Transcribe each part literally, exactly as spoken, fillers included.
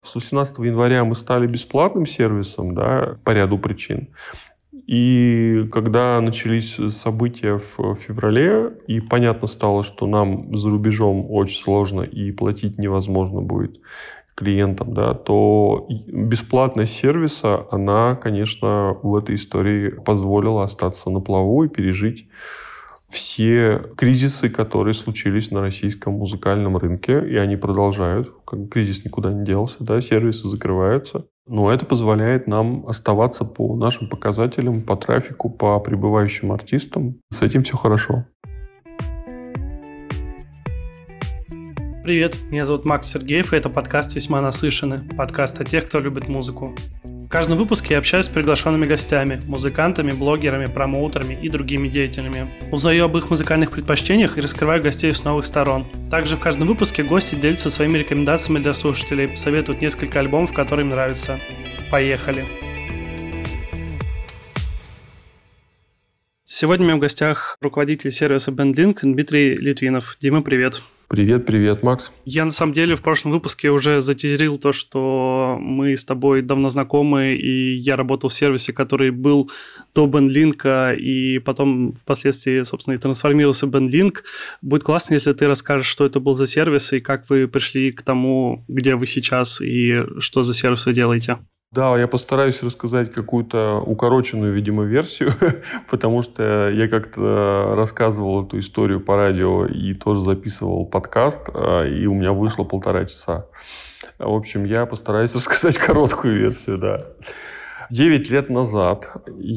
С восемнадцатого января мы стали бесплатным сервисом, да, по ряду причин. И когда начались события в феврале, и понятно стало, что нам за рубежом очень сложно и платить невозможно будет клиентам, да, то бесплатность сервиса, она, конечно, в этой истории позволила остаться на плаву и пережить все кризисы, которые случились на российском музыкальном рынке, и они продолжают. Кризис никуда не делся, да, сервисы закрываются. Но это позволяет нам оставаться по нашим показателям, по трафику, по прибывающим артистам. С этим все хорошо. Привет, меня зовут Макс Сергеев, и это подкаст «Весьма наслышаны», подкаст о тех, кто любит музыку. В каждом выпуске я общаюсь с приглашенными гостями, музыкантами, блогерами, промоутерами и другими деятелями. Узнаю об их музыкальных предпочтениях и раскрываю гостей с новых сторон. Также в каждом выпуске гости делятся своими рекомендациями для слушателей, советуют несколько альбомов, которые им нравятся. Поехали! Сегодня у меня в гостях руководитель сервиса BandLink Дмитрий Литвинов. Дима, привет! Привет, привет, Макс. Я, на самом деле, в прошлом выпуске уже затизерил то, что мы с тобой давно знакомы, и я работал в сервисе, который был до BandLink, и потом впоследствии, собственно, и трансформировался в BandLink. Будет классно, если ты расскажешь, что это был за сервис, и как вы пришли к тому, где вы сейчас, и что за сервис вы делаете. Да, я постараюсь рассказать какую-то укороченную, видимо, версию, потому что я как-то рассказывал эту историю по радио и тоже записывал подкаст, и у меня вышло полтора часа. В общем, я постараюсь рассказать короткую версию, да. Девять лет назад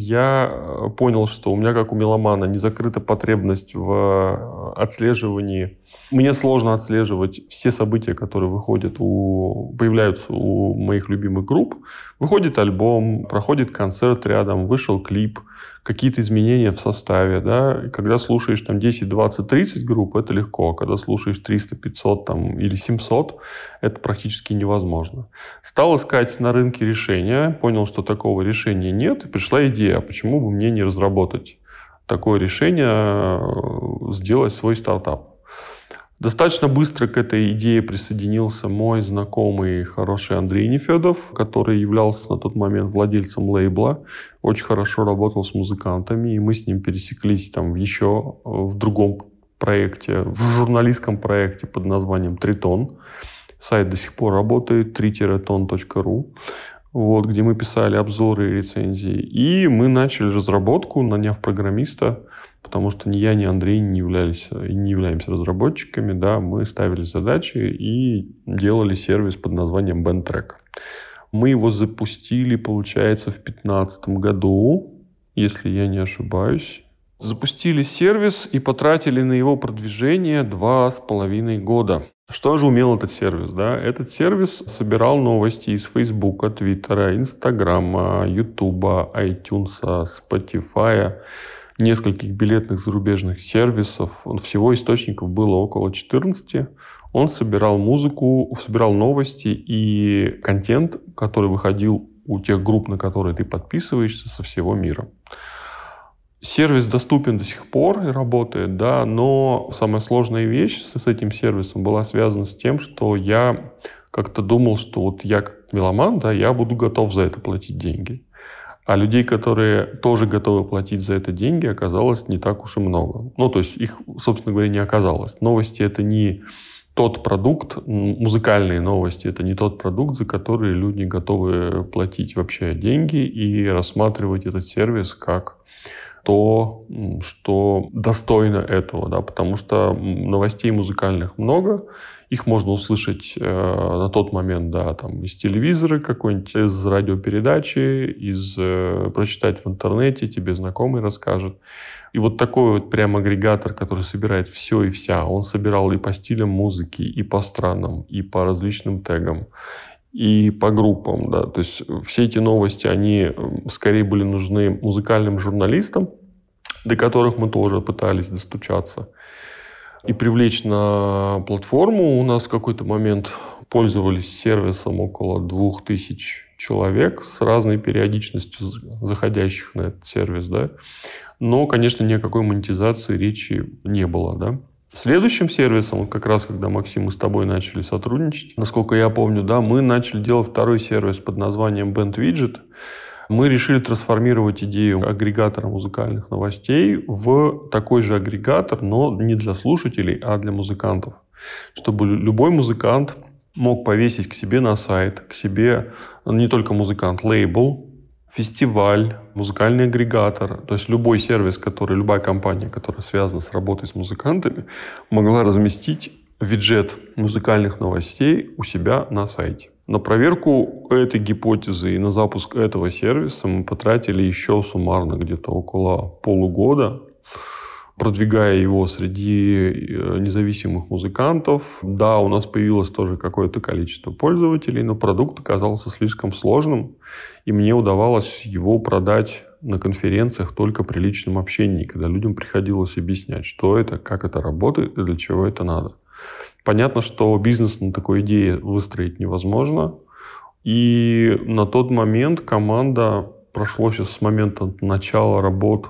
я понял, что у меня, как у меломана, не закрыта потребность в отслеживании. Мне сложно отслеживать все события, которые выходят у, появляются у моих любимых групп. Выходит альбом, проходит концерт рядом, вышел клип, какие-то изменения в составе. Да? Когда слушаешь там, десять, двадцать, тридцать групп, это легко. Когда слушаешь триста, пятьсот там, или семьсот, это практически невозможно. Стал искать на рынке решения, понял, что такого решения нет, и пришла идея, почему бы мне не разработать такое решение, сделать свой стартап. Достаточно быстро к этой идее присоединился мой знакомый, хороший Андрей Нефедов, который являлся на тот момент владельцем лейбла, очень хорошо работал с музыкантами, и мы с ним пересеклись там еще в другом проекте, в журналистском проекте под названием «Тритон». Сайт до сих пор работает, три тон точка ру. Вот, где мы писали обзоры и рецензии. И мы начали разработку, наняв программиста, потому что ни я, ни Андрей не являлись и не являемся разработчиками. Да, мы ставили задачи и делали сервис под названием BandTrack. Мы его запустили, получается, в две тысячи пятнадцатом году, если я не ошибаюсь. Запустили сервис и потратили на его продвижение два с половиной года. Что же умел этот сервис? Да? Этот сервис собирал новости из Фейсбука, Твиттера, Инстаграма, Ютуба, iTunes, Spotify, нескольких билетных зарубежных сервисов. Всего источников было около четырнадцати. Он собирал музыку, собирал новости и контент, который выходил у тех групп, на которые ты подписываешься, со всего мира. Сервис доступен до сих пор и работает, да, но самая сложная вещь с этим сервисом была связана с тем, что я как-то думал, что вот я как меломан, да, я буду готов за это платить деньги. А людей, которые тоже готовы платить за это деньги, оказалось не так уж и много. Ну, то есть их, собственно говоря, не оказалось. Новости — это не тот продукт, музыкальные новости — это не тот продукт, за который люди готовы платить вообще деньги и рассматривать этот сервис как то, что достойно этого, да, потому что новостей музыкальных много, их можно услышать э, на тот момент, да, там, из телевизора какой-нибудь, из радиопередачи, из, э, прочитать в интернете, тебе знакомый расскажет. И вот такой вот прям агрегатор, который собирает все и вся, он собирал и по стилям музыки, и по странам, и по различным тегам, и по группам, да, то есть все эти новости, они скорее были нужны музыкальным журналистам, до которых мы тоже пытались достучаться и привлечь на платформу. У нас в какой-то момент пользовались сервисом около двух тысяч человек с разной периодичностью заходящих на этот сервис, да, но, конечно, ни о какой монетизации речи не было, да. Следующим сервисом, как раз когда, Максим, мы с тобой начали сотрудничать, насколько я помню, да, мы начали делать второй сервис под названием BandWidget. Мы решили трансформировать идею агрегатора музыкальных новостей в такой же агрегатор, но не для слушателей, а для музыкантов. Чтобы любой музыкант мог повесить к себе на сайт, к себе не только музыкант, лейбл, фестиваль, музыкальный агрегатор, то есть любой сервис, который, любая компания, которая связана с работой с музыкантами, могла разместить виджет музыкальных новостей у себя на сайте. На проверку этой гипотезы и на запуск этого сервиса мы потратили еще суммарно где-то около полугода, продвигая его среди независимых музыкантов. Да, у нас появилось тоже какое-то количество пользователей, но продукт оказался слишком сложным, и мне удавалось его продать на конференциях только при личном общении, когда людям приходилось объяснять, что это, как это работает и для чего это надо. Понятно, что бизнес на такой идее выстроить невозможно. И на тот момент команда, прошло сейчас с момента начала работ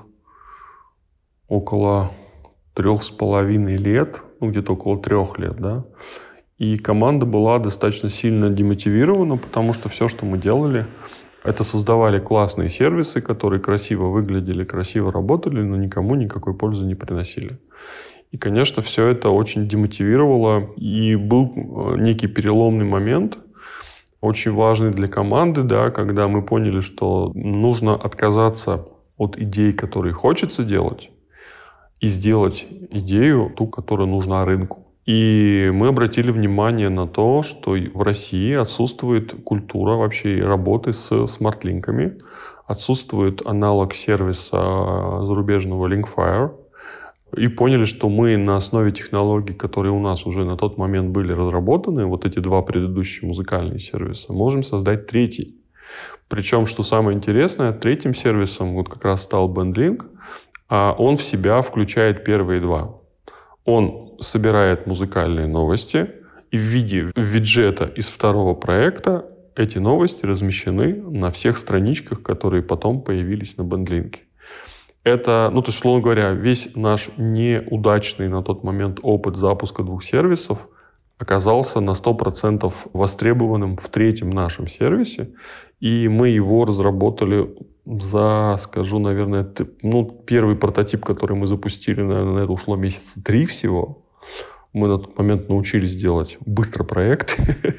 около трех с половиной лет, ну где-то около трех лет, да. И команда была достаточно сильно демотивирована, потому что все, что мы делали, это создавали классные сервисы, которые красиво выглядели, красиво работали, но никому никакой пользы не приносили. И, конечно, все это очень демотивировало. И был некий переломный момент, очень важный для команды, да, когда мы поняли, что нужно отказаться от идей, которые хочется делать, и сделать идею, ту, которая нужна рынку. И мы обратили внимание на то, что в России отсутствует культура вообще работы с смарт-линками, отсутствует аналог сервиса зарубежного Linkfire. И поняли, что мы на основе технологий, которые у нас уже на тот момент были разработаны, вот эти два предыдущие музыкальные сервиса, можем создать третий. Причем, что самое интересное, третьим сервисом вот как раз стал BandLink, а он в себя включает первые два. Он собирает музыкальные новости, и в виде виджета из второго проекта эти новости размещены на всех страничках, которые потом появились на BandLink. Это, ну, то есть, условно говоря, весь наш неудачный на тот момент опыт запуска двух сервисов оказался на сто процентов востребованным в третьем нашем сервисе, и мы его разработали за, скажу, наверное, ну, первый прототип, который мы запустили, наверное, на это ушло месяца три всего. Мы на тот момент научились делать быстро проект,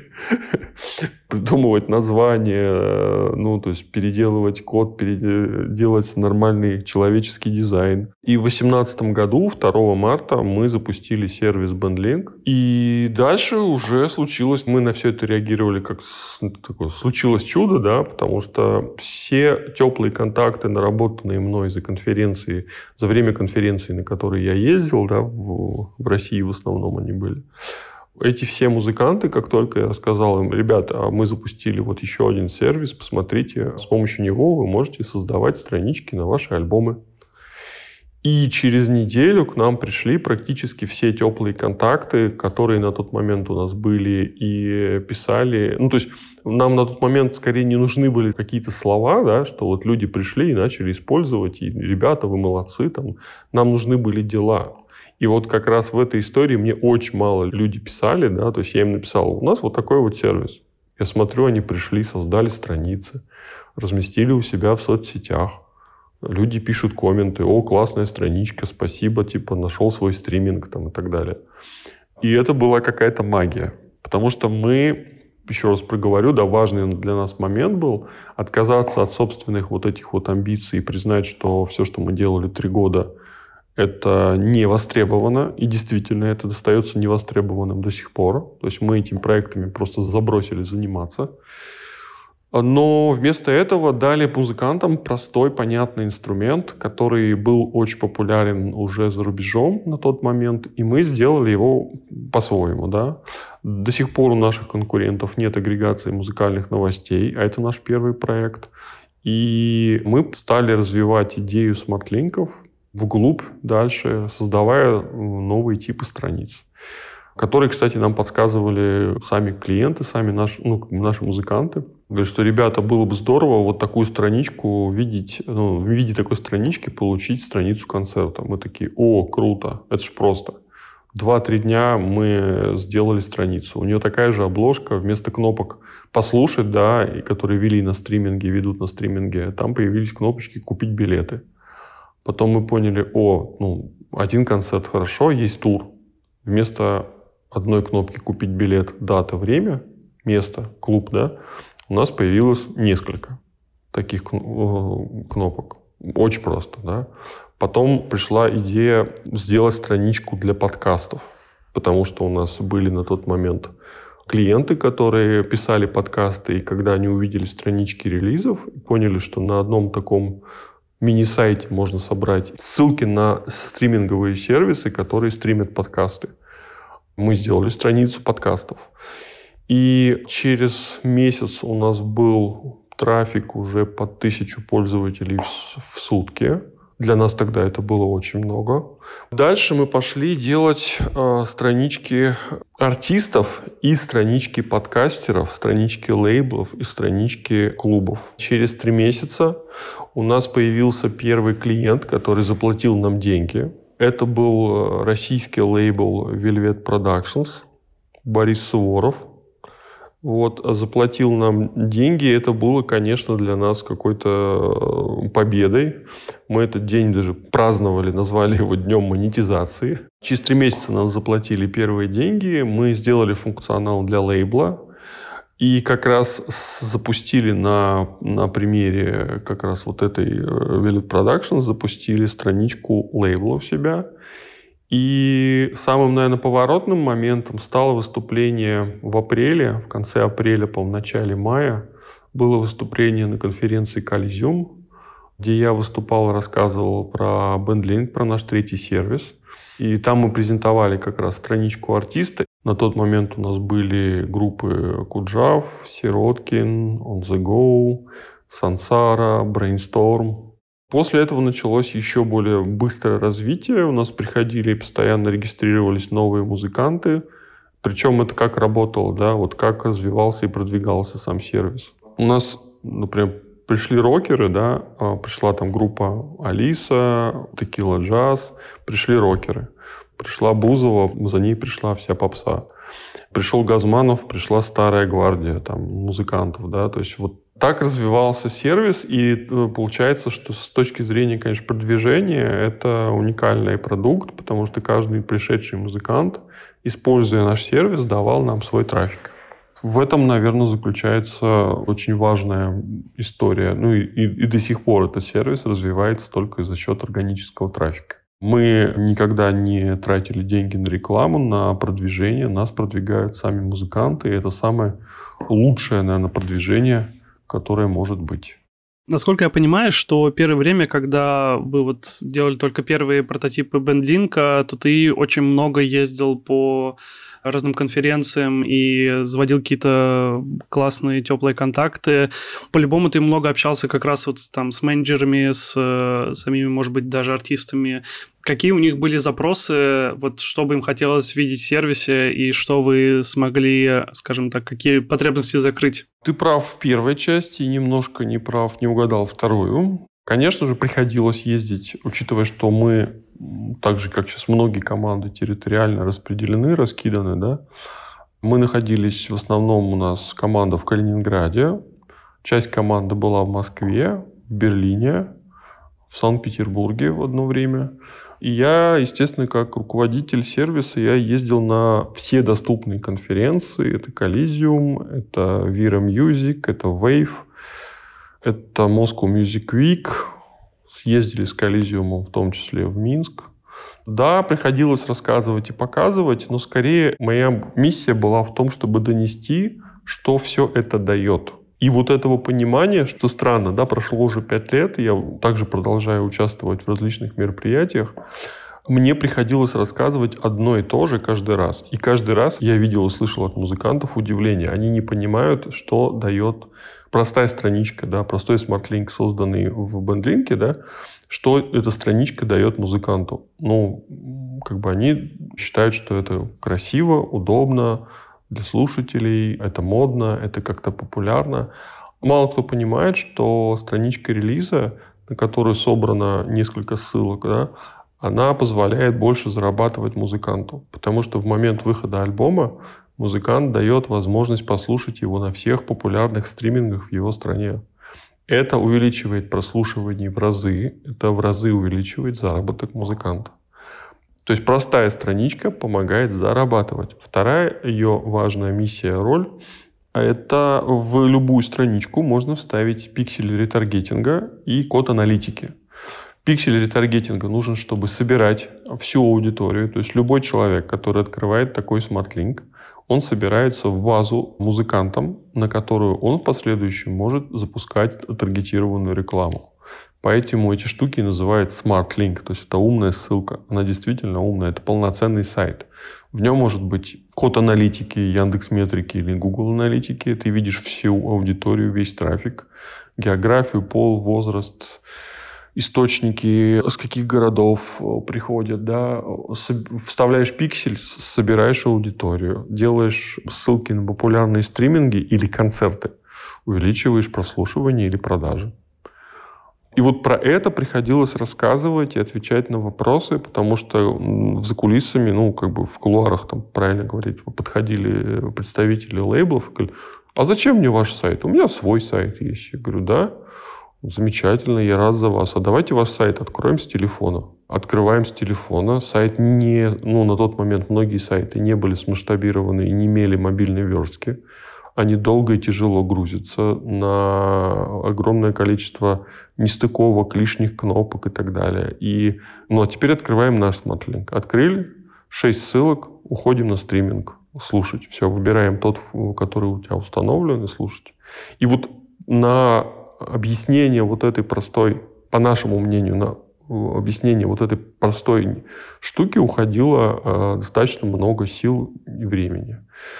придумывать названия, ну, то есть переделывать код, переделать нормальный человеческий дизайн. И в две тысячи восемнадцатом году, второго марта, мы запустили сервис BandLink. И дальше уже случилось, мы на все это реагировали как такое, случилось чудо, да, потому что все теплые контакты, наработанные мной за конференции, за время конференции, на которые я ездил, да, в, в России в основном, они были. Эти все музыканты, как только я рассказал им, ребята, мы запустили вот еще один сервис, посмотрите, с помощью него вы можете создавать странички на ваши альбомы. И через неделю к нам пришли практически все теплые контакты, которые на тот момент у нас были, и писали. Ну, то есть нам на тот момент скорее не нужны были какие-то слова, да, что вот люди пришли и начали использовать, и ребята, вы молодцы, там, нам нужны были дела. И вот как раз в этой истории мне очень мало люди писали, да, то есть я им написал, у нас вот такой вот сервис. Я смотрю, они пришли, создали страницы, разместили у себя в соцсетях. Люди пишут комменты, о, классная страничка, спасибо, типа, нашел свой стриминг там, и так далее. И это была какая-то магия, потому что мы, еще раз проговорю, да, важный для нас момент был отказаться от собственных вот этих вот амбиций и признать, что все, что мы делали три года, это не востребовано, и действительно это остается невостребованным до сих пор. То есть мы этими проектами просто забросили заниматься. Но вместо этого дали музыкантам простой, понятный инструмент, который был очень популярен уже за рубежом на тот момент, и мы сделали его по-своему. Да? До сих пор у наших конкурентов нет агрегации музыкальных новостей, а это наш первый проект. И мы стали развивать идею смарт-линков вглубь дальше, создавая новые типы страниц, которые, кстати, нам подсказывали сами клиенты, сами наши, ну, наши музыканты. Говорят, что, ребята, было бы здорово вот такую страничку видеть, ну, в виде такой странички получить страницу концерта. Мы такие, о, круто, это ж просто. два-три дня мы сделали страницу. У нее такая же обложка, вместо кнопок «послушать», да, и которые вели на стриминге, ведут на стриминге, там появились кнопочки «купить билеты». Потом мы поняли, о, ну, один концерт хорошо, есть тур. Вместо одной кнопки «купить билет», дата, время, место, клуб, да, у нас появилось несколько таких кнопок. Очень просто, да. Потом пришла идея сделать страничку для подкастов, потому что у нас были на тот момент клиенты, которые писали подкасты, и когда они увидели странички релизов, поняли, что на одном таком мини-сайте можно собрать ссылки на стриминговые сервисы, которые стримят подкасты. Мы сделали страницу подкастов. И через месяц у нас был трафик уже под тысячу пользователей в, в сутки. Для нас тогда это было очень много. Дальше мы пошли делать э, странички артистов и странички подкастеров, странички лейблов и странички клубов. Через три месяца у нас появился первый клиент, который заплатил нам деньги. Это был российский лейбл Velvet Productions, Борис Суворов. Вот, заплатил нам деньги. Это было, конечно, для нас какой-то победой. Мы этот день даже праздновали, назвали его днем монетизации. Через три месяца нам заплатили первые деньги. Мы сделали функционал для лейбла. И как раз запустили на, на примере как раз вот этой Velvet Productions, запустили страничку лейбла у себя. И самым, наверное, поворотным моментом стало выступление в апреле, в конце апреля, по-моему, в начале мая, было выступление на конференции Коллизиум, где я выступал и рассказывал про BandLink, про наш третий сервис. И там мы презентовали как раз страничку артиста. На тот момент у нас были группы Куджав, Сироткин, On The Go, Сансара, Brainstorm. После этого началось еще более быстрое развитие. У нас приходили и постоянно регистрировались новые музыканты. Причем это как работало, да, вот как развивался и продвигался сам сервис. У нас, например, пришли рокеры, да, пришла там группа Алиса, Текила Джаз, пришли рокеры. Пришла Бузова, за ней пришла вся попса. Пришел Газманов, пришла старая гвардия там, музыкантов, да, то есть вот так развивался сервис, и получается, что с точки зрения, конечно, продвижения, это уникальный продукт, потому что каждый пришедший музыкант, используя наш сервис, давал нам свой трафик. В этом, наверное, заключается очень важная история. Ну и, и, и до сих пор этот сервис развивается только за счет органического трафика. Мы никогда не тратили деньги на рекламу, на продвижение. Нас продвигают сами музыканты, и это самое лучшее, наверное, продвижение, которое может быть. Насколько я понимаю, что первое время, когда вы вот делали только первые прототипы BandLink, то ты очень много ездил по разным конференциям и заводил какие-то классные, теплые контакты. По-любому ты много общался как раз вот там с менеджерами, с самими, может быть, даже артистами. Какие у них были запросы, вот что бы им хотелось видеть в сервисе, и что вы смогли, скажем так, какие потребности закрыть? Ты прав в первой части, немножко не прав, не угадал вторую. Конечно же, приходилось ездить, учитывая, что мы, так же, как сейчас многие команды, территориально распределены, раскиданы, да. Мы находились, в основном у нас команда в Калининграде, часть команды была в Москве, в Берлине, в Санкт-Петербурге в одно время. И я, естественно, как руководитель сервиса, я ездил на все доступные конференции. Это Colliseum, это Vira Music, это Wave, это Moscow Music Week. Съездили с Colliseum в том числе в Минск. Да, приходилось рассказывать и показывать, но скорее моя миссия была в том, чтобы донести, что все это дает. И вот этого понимания, что странно, да, прошло уже пять лет, и я также продолжаю участвовать в различных мероприятиях, мне приходилось рассказывать одно и то же каждый раз. И каждый раз я видел и слышал от музыкантов удивление. Они не понимают, что дает простая страничка, да, простой смарт-линк, созданный в BandLink, да, что эта страничка дает музыканту. Ну, как бы они считают, что это красиво, удобно, для слушателей, это модно, это как-то популярно. Мало кто понимает, что страничка релиза, на которую собрано несколько ссылок, да, она позволяет больше зарабатывать музыканту. Потому что в момент выхода альбома музыкант дает возможность послушать его на всех популярных стримингах в его стране. Это увеличивает прослушивание в разы, это в разы увеличивает заработок музыканта. То есть простая страничка помогает зарабатывать. Вторая ее важная миссия, роль, это в любую страничку можно вставить пиксель ретаргетинга и код аналитики. Пиксель ретаргетинга нужен, чтобы собирать всю аудиторию. То есть любой человек, который открывает такой SmartLink, он собирается в базу музыкантам, на которую он в последующем может запускать таргетированную рекламу. Поэтому эти штуки называют SmartLink, то есть это умная ссылка. Она действительно умная, это полноценный сайт. В нем может быть код аналитики, Яндекс.Метрики или Google аналитики. Ты видишь всю аудиторию, весь трафик, географию, пол, возраст, источники, с каких городов приходят, да, вставляешь пиксель, собираешь аудиторию, делаешь ссылки на популярные стриминги или концерты, увеличиваешь прослушивание или продажи. И вот про это приходилось рассказывать и отвечать на вопросы, потому что за кулисами, ну, как бы в кулуарах, там, правильно говорить, подходили представители лейблов и говорили: а зачем мне ваш сайт? У меня свой сайт есть. Я говорю: да, замечательно, я рад за вас. А давайте ваш сайт откроем с телефона. Открываем с телефона. Сайт не... Ну, на тот момент многие сайты не были смасштабированы и не имели мобильной верстки. Они долго и тяжело грузятся на огромное количество нестыковок, лишних кнопок и так далее. И... Ну, а теперь открываем наш SmartLink. Открыли, шесть ссылок, уходим на стриминг. Слушать. Все, выбираем тот, который у тебя установлен, и слушать. И вот на объяснение вот этой простой, по нашему мнению, на объяснение вот этой простой штуки уходило э, достаточно много сил и времени.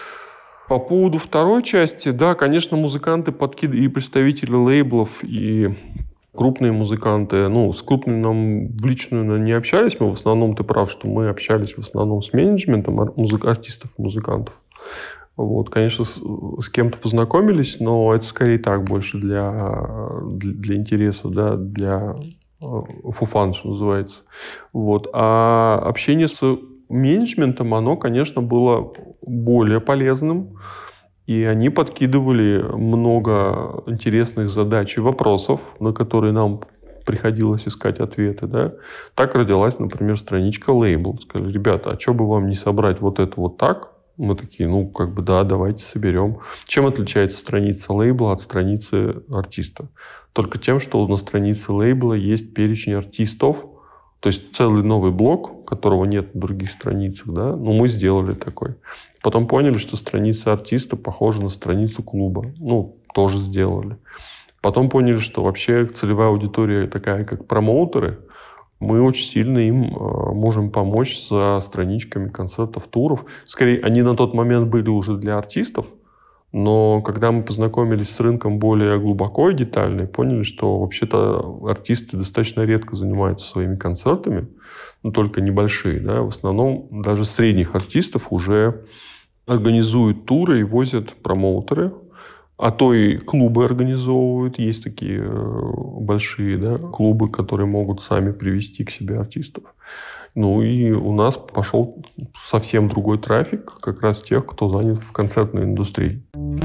По поводу второй части, да, конечно, музыканты подкид... и представители лейблов, и крупные музыканты, ну, с крупными нам в личную наверное, не общались, мы в основном, ты прав, что мы общались в основном с менеджментом музык... артистов и музыкантов. Вот, конечно, с, с кем-то познакомились, но это скорее так, больше для, для, для интереса, да, для фуфан, что называется. Вот. А общение с менеджментом, оно, конечно, было более полезным, и они подкидывали много интересных задач и вопросов, на которые нам приходилось искать ответы. Да? Так родилась, например, страничка лейбл. Сказали: ребята, а что бы вам не собрать вот это вот так? Мы такие: ну, как бы, да, давайте соберем. Чем отличается страница лейбла от страницы артиста? Только тем, что на странице лейбла есть перечень артистов, то есть целый новый блок, которого нет на других страницах, да, ну, мы сделали такой. Потом поняли, что страница артиста похожа на страницу клуба, ну, тоже сделали. Потом поняли, что вообще целевая аудитория такая, как промоутеры, мы очень сильно им э, можем помочь со страничками концертов, туров. Скорее, они на тот момент были уже для артистов, но когда мы познакомились с рынком более глубоко и детально, поняли, что вообще-то артисты достаточно редко занимаются своими концертами, но только небольшие. Да? В основном даже средних артистов уже организуют туры и возят промоутеры. А то и клубы организовывают. Есть такие большие, да, клубы, которые могут сами привести к себе артистов. Ну и у нас пошел совсем другой трафик, как раз тех, кто занят в концертной индустрии.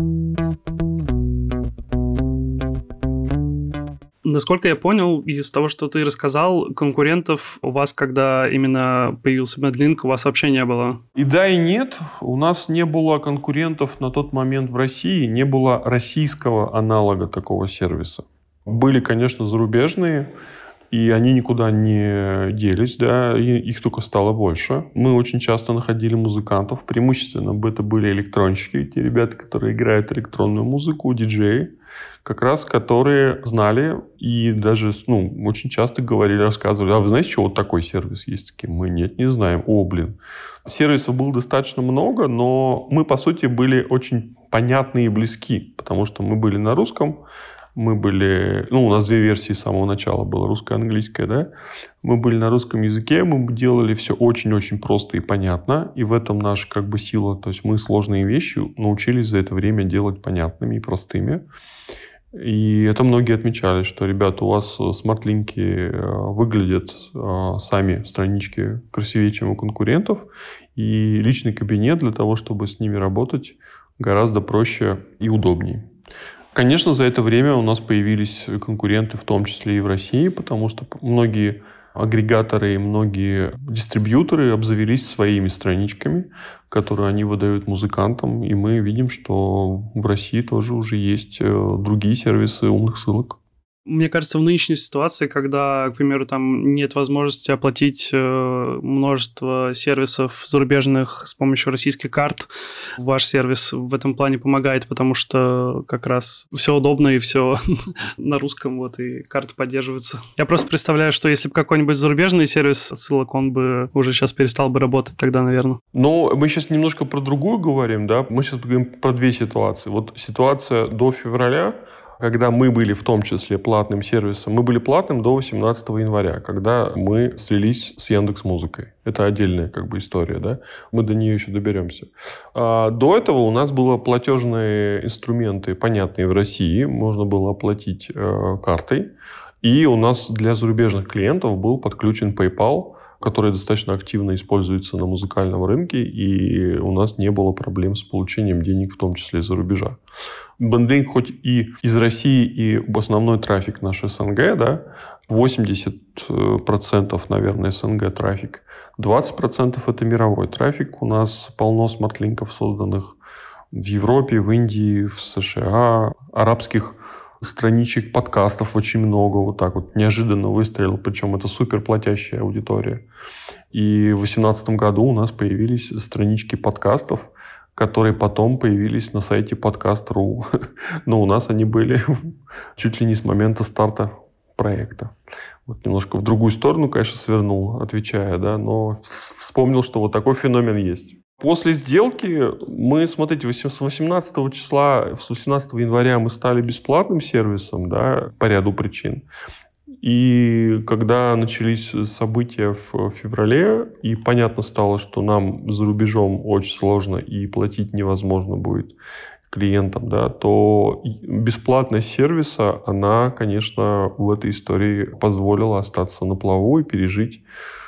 Насколько я понял, из того, что ты рассказал, конкурентов у вас, когда именно появился MadLink, у вас вообще не было? И да, и нет. У нас не было конкурентов на тот момент в России, не было российского аналога такого сервиса. Были, конечно, зарубежные, и они никуда не делись, да, и их только стало больше. Мы очень часто находили музыкантов, преимущественно это были электронщики, те ребята, которые играют электронную музыку, диджеи, как раз которые знали и даже, ну, очень часто говорили, рассказывали: а вы знаете, что вот такой сервис есть? Такие: мы нет, не знаем. О, блин. Сервисов было достаточно много, но мы, по сути, были очень понятны и близки, потому что мы были на русском, мы были... Ну, у нас две версии с самого начала было, русская и английская, да? Мы были на русском языке, мы делали все очень-очень просто и понятно, и в этом наша как бы сила. То есть мы сложные вещи научились за это время делать понятными и простыми. И это многие отмечали, что, ребята, у вас смарт-линки выглядят сами странички красивее, чем у конкурентов, и личный кабинет для того, чтобы с ними работать, гораздо проще и удобнее. Конечно, за это время у нас появились конкуренты, в том числе и в России, потому что многие агрегаторы и многие дистрибьюторы обзавелись своими страничками, которые они выдают музыкантам, и мы видим, что в России тоже уже есть другие сервисы умных ссылок. Мне кажется, в нынешней ситуации, когда, к примеру, там нет возможности оплатить множество сервисов зарубежных с помощью российских карт, ваш сервис в этом плане помогает, потому что как раз все удобно и все на русском, вот, и карты поддерживаются. Я просто представляю, что если бы какой-нибудь зарубежный сервис ссылок, он бы уже сейчас перестал бы работать тогда, наверное. Но мы сейчас немножко про другую говорим, да? Мы сейчас говорим про две ситуации. Вот ситуация до февраля, когда мы были в том числе платным сервисом, мы были платным до восемнадцатого января, когда мы слились с Яндекс.Музыкой. Это отдельная как бы история, да? Мы до нее еще доберемся. А до этого у нас были платежные инструменты, понятные в России, можно было оплатить э, картой, и у нас для зарубежных клиентов был подключен PayPal, который достаточно активно используется на музыкальном рынке, и у нас не было проблем с получением денег, в том числе из-за рубежа. Бендлинк хоть и из России, и основной трафик наш СНГ, да, восемьдесят процентов, наверное, СНГ трафик, двадцать процентов это мировой трафик. У нас полно смарт-линков, созданных в Европе, в Индии, в США, арабских страничек подкастов очень много, вот так вот неожиданно выстрелил, причем это супер платящая аудитория. И в две тысячи восемнадцатом году у нас появились странички подкастов, которые потом появились на сайте подкаст точка ру. Но у нас они были чуть ли не с момента старта проекта. Вот немножко в другую сторону, конечно, свернул, отвечая, да, но вспомнил, что вот такой феномен есть. После сделки мы, смотрите, с восемнадцатого числа, с восемнадцатого января мы стали бесплатным сервисом, да, по ряду причин. И когда начались события в феврале, и понятно стало, что нам за рубежом очень сложно и платить невозможно будет клиентам, да, то бесплатность сервиса, она, конечно, в этой истории позволила остаться на плаву и пережить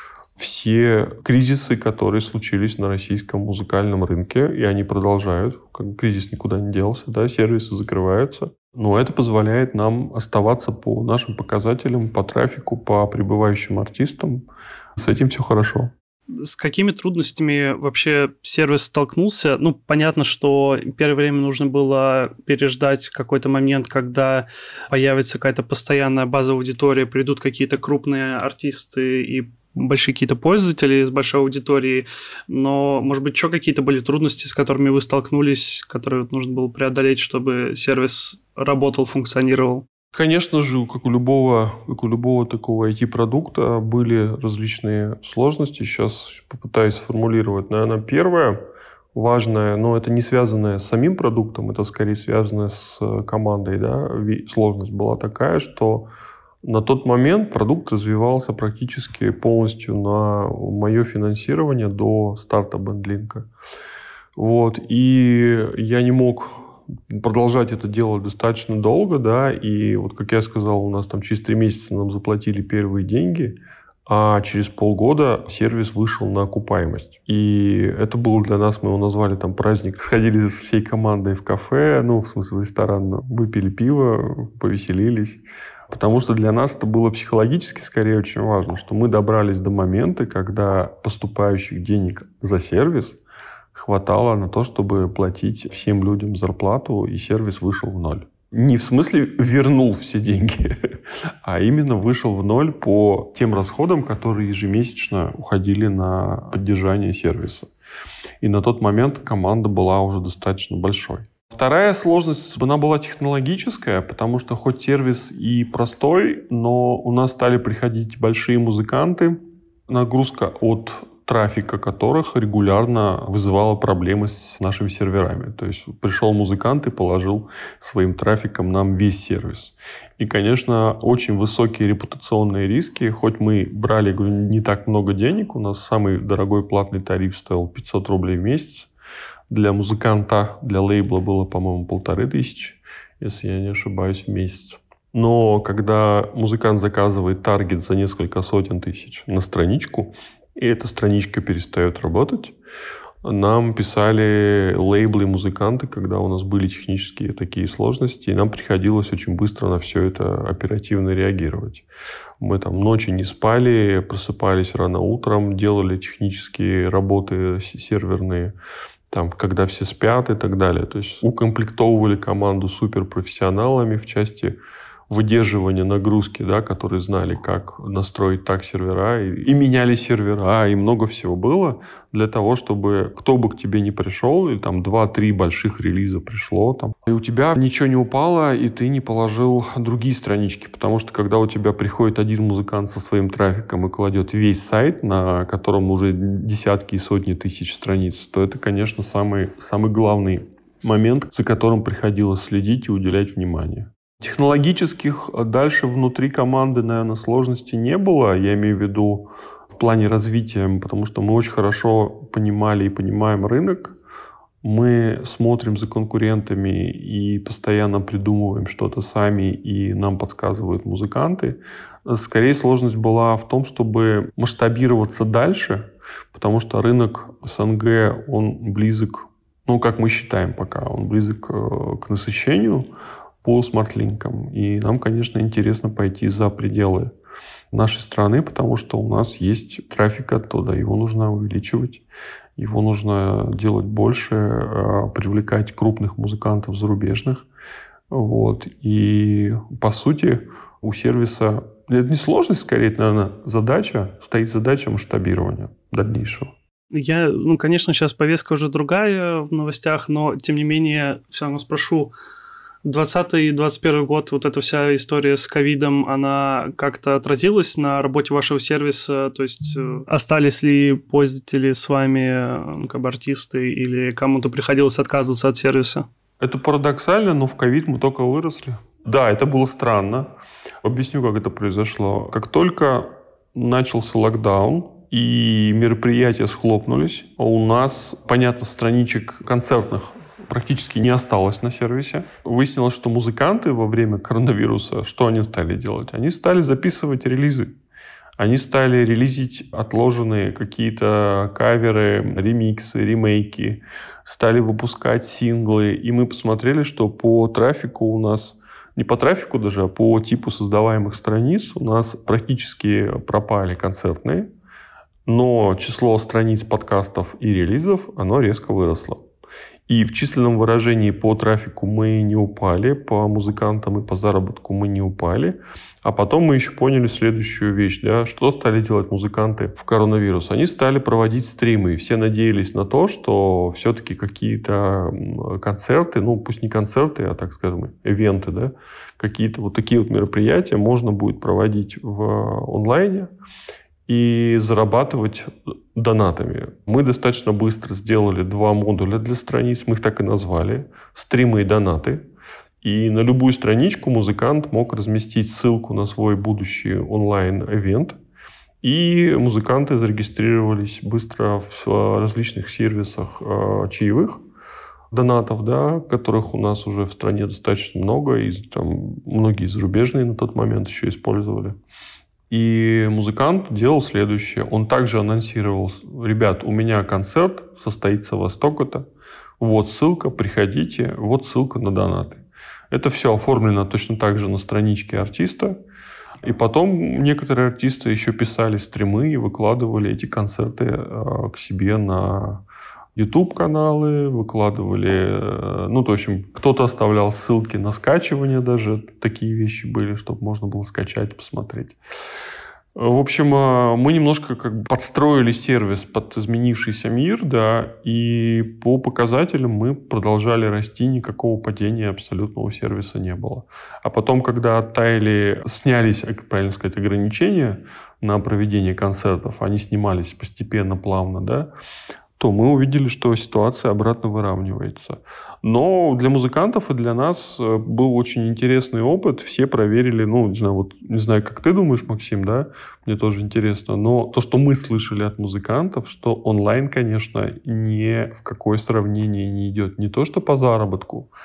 все кризисы, которые случились на российском музыкальном рынке, и они продолжают. Кризис никуда не делся, да, сервисы закрываются. Но это позволяет нам оставаться по нашим показателям, по трафику, по прибывающим артистам. С этим все хорошо. С какими трудностями вообще сервис столкнулся? Ну, понятно, что первое время нужно было переждать какой-то момент, когда появится какая-то постоянная база аудитории, придут какие-то крупные артисты и большие какие-то пользователи с большой аудиторией, но, может быть, еще какие-то были трудности, с которыми вы столкнулись, которые нужно было преодолеть, чтобы сервис работал, функционировал? Конечно же, как у любого, как у любого такого ай ти-продукта были различные сложности. Сейчас попытаюсь сформулировать. Наверное, первое важное, но это не связанное с самим продуктом, это скорее связано с командой. Да? Сложность была такая, что на тот момент продукт развивался практически полностью на мое финансирование до старта Бендлинка. Вот. И я не мог продолжать это делать достаточно долго, да, и вот, как я сказал, у нас там через три месяца нам заплатили первые деньги, а через полгода сервис вышел на окупаемость. И это был для нас, мы его назвали там праздник. Сходили с всей командой в кафе, ну, в смысле, в ресторан, выпили пиво, повеселились. Потому что для нас это было психологически скорее очень важно, что мы добрались до момента, когда поступающих денег за сервис хватало на то, чтобы платить всем людям зарплату, и сервис вышел в ноль. Не в смысле вернул все деньги, а именно вышел в ноль по тем расходам, которые ежемесячно уходили на поддержание сервиса. И на тот момент команда была уже достаточно большой. Вторая сложность, она была технологическая, потому что хоть сервис и простой, но у нас стали приходить большие музыканты, нагрузка от трафика которых регулярно вызывала проблемы с нашими серверами. То есть пришел музыкант и положил своим трафиком нам весь сервис. И, конечно, очень высокие репутационные риски. Хоть мы брали, говорю, не так много денег, у нас самый дорогой платный тариф стоил пятьсот рублей в месяц. Для музыканта, для лейбла было, по-моему, полторы тысячи. если я не ошибаюсь, в месяц. Но когда музыкант заказывает таргет за несколько сотен тысяч на страничку, и эта страничка перестает работать, нам писали лейблы музыканты, когда у нас были технические такие сложности, и нам приходилось очень быстро на все это оперативно реагировать. Мы там ночи не спали, просыпались рано утром, делали технические работы серверные, там, когда все спят и так далее. То есть укомплектовывали команду суперпрофессионалами в части выдерживания нагрузки, да, которые знали, как настроить так сервера, и, и меняли сервера, и много всего было для того, чтобы кто бы к тебе не пришел, или там два-три больших релиза пришло, там, и у тебя ничего не упало, и ты не положил другие странички, потому что когда у тебя приходит один музыкант со своим трафиком и кладет весь сайт, на котором уже десятки и сотни тысяч страниц, то это, конечно, самый, самый главный момент, за которым приходилось следить и уделять внимание. Технологических дальше внутри команды, наверное, сложностей не было. Я имею в виду в плане развития, потому что мы очень хорошо понимали и понимаем рынок. Мы смотрим за конкурентами и постоянно придумываем что-то сами, и нам подсказывают музыканты. Скорее, сложность была в том, чтобы масштабироваться дальше, потому что рынок СНГ, он близок, ну, как мы считаем пока, он близок к насыщению по смарт-линкам. И нам, конечно, интересно пойти за пределы нашей страны, потому что у нас есть трафик оттуда. Его нужно увеличивать, его нужно делать больше, привлекать крупных музыкантов зарубежных. Вот. И, по сути, у сервиса... Это не сложность, скорее, наверное, задача. Стоит задача масштабирования дальнейшего. Я, ну, конечно, сейчас повестка уже другая в новостях, но, тем не менее, все равно спрошу, двадцатый и двадцать первый год, вот эта вся история с ковидом, она как-то отразилась на работе вашего сервиса? То есть остались ли пользователи с вами, ну, как бы артисты, или кому-то приходилось отказываться от сервиса? Это парадоксально, но в ковид мы только выросли. Да, это было странно. Объясню, как это произошло. Как только начался локдаун, и мероприятия схлопнулись, у нас, понятно, страничек концертных практически не осталось на сервисе. Выяснилось, что музыканты во время коронавируса, что они стали делать? Они стали записывать релизы. Они стали релизить отложенные какие-то каверы, ремиксы, ремейки. Стали выпускать синглы. И мы посмотрели, что по трафику у нас, не по трафику даже, а по типу создаваемых страниц у нас практически пропали концертные. Но число страниц подкастов и релизов, оно резко выросло. И в численном выражении по трафику мы не упали, по музыкантам и по заработку мы не упали. А потом мы еще поняли следующую вещь. Да? Что стали делать музыканты в коронавирус? Они стали проводить стримы. И все надеялись на то, что все-таки какие-то концерты, ну пусть не концерты, а, так скажем, ивенты, да? Какие-то вот такие вот мероприятия можно будет проводить в онлайне и зарабатывать донатами. Мы достаточно быстро сделали два модуля для страниц, мы их так и назвали, стримы и донаты. И на любую страничку музыкант мог разместить ссылку на свой будущий онлайн-эвент, и музыканты зарегистрировались быстро в различных сервисах чаевых донатов, да, которых у нас уже в стране достаточно много, и там многие зарубежные на тот момент еще использовали. И музыкант делал следующее. Он также анонсировал: ребят, у меня концерт состоится во столько-то. Вот ссылка, приходите. Вот ссылка на донаты. Это все оформлено точно так же на страничке артиста. И потом некоторые артисты еще писали стримы и выкладывали эти концерты к себе на YouTube-каналы, выкладывали, ну, то, в общем, кто-то оставлял ссылки на скачивание даже, такие вещи были, чтобы можно было скачать, посмотреть. В общем, мы немножко как бы подстроили сервис под изменившийся мир, да, и по показателям мы продолжали расти, никакого падения абсолютно у сервиса не было. А потом, когда оттаяли, снялись, как правильно сказать, ограничения на проведение концертов, они снимались постепенно, плавно, да, то мы увидели, что ситуация обратно выравнивается. Но для музыкантов и для нас был очень интересный опыт. Все проверили, ну, не знаю, вот, не знаю, как ты думаешь, Максим, да, мне тоже интересно, но то, что мы слышали от музыкантов, что онлайн, конечно, ни в какое сравнение не идет. Не то, что по заработку,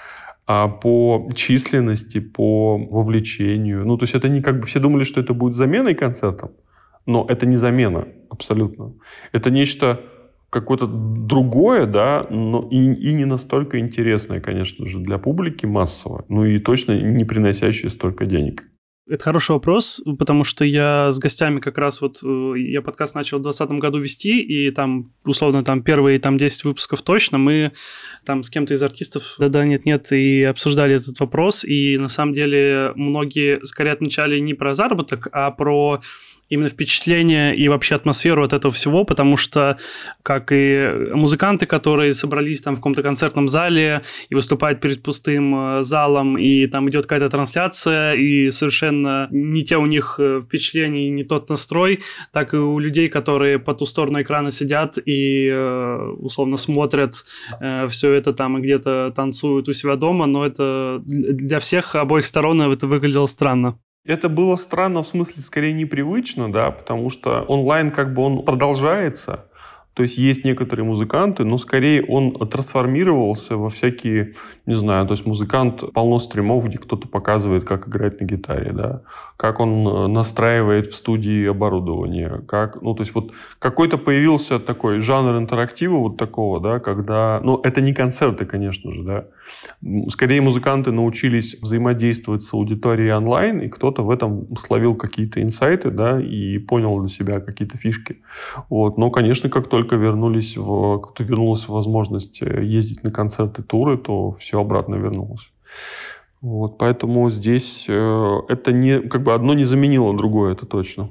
а по численности, по вовлечению. Ну, то есть это не как бы все думали, что это будет заменой концертам, но это не замена абсолютно. Это нечто какое-то другое, да, но и, и не настолько интересное, конечно же, для публики массово, ну и точно не приносящее столько денег. Это хороший вопрос, потому что я с гостями как раз вот, я подкаст начал в двадцатом году вести, и там, условно, там первые там десять выпусков точно мы там с кем-то из артистов да-да, нет-нет, и обсуждали этот вопрос, и на самом деле многие скорее отмечали не про заработок, а про именно впечатление и вообще атмосферу от этого всего, потому что, как и музыканты, которые собрались там в каком-то концертном зале и выступают перед пустым залом, и там идет какая-то трансляция, и совершенно не те у них впечатления, не тот настрой, так и у людей, которые по ту сторону экрана сидят и условно смотрят все это там и где-то танцуют у себя дома, но это для всех обоих сторон это выглядело странно. Это было странно, в смысле, скорее непривычно, да, потому что онлайн как бы он продолжается. То есть есть некоторые музыканты, но скорее он трансформировался во всякие, не знаю, то есть музыкант, полно стримов, где кто-то показывает, как играть на гитаре, да, как он настраивает в студии оборудование, как, ну, то есть вот какой-то появился такой жанр интерактива вот такого, да, когда, ну, это не концерты, конечно же, да, скорее музыканты научились взаимодействовать с аудиторией онлайн, и кто-то в этом словил какие-то инсайты, да, и понял для себя какие-то фишки, вот, но, конечно, как только вернулись в, кто вернулась возможность ездить на концерты, туры, то все обратно вернулось. Вот, поэтому здесь э, это не, как бы одно не заменило другое, это точно.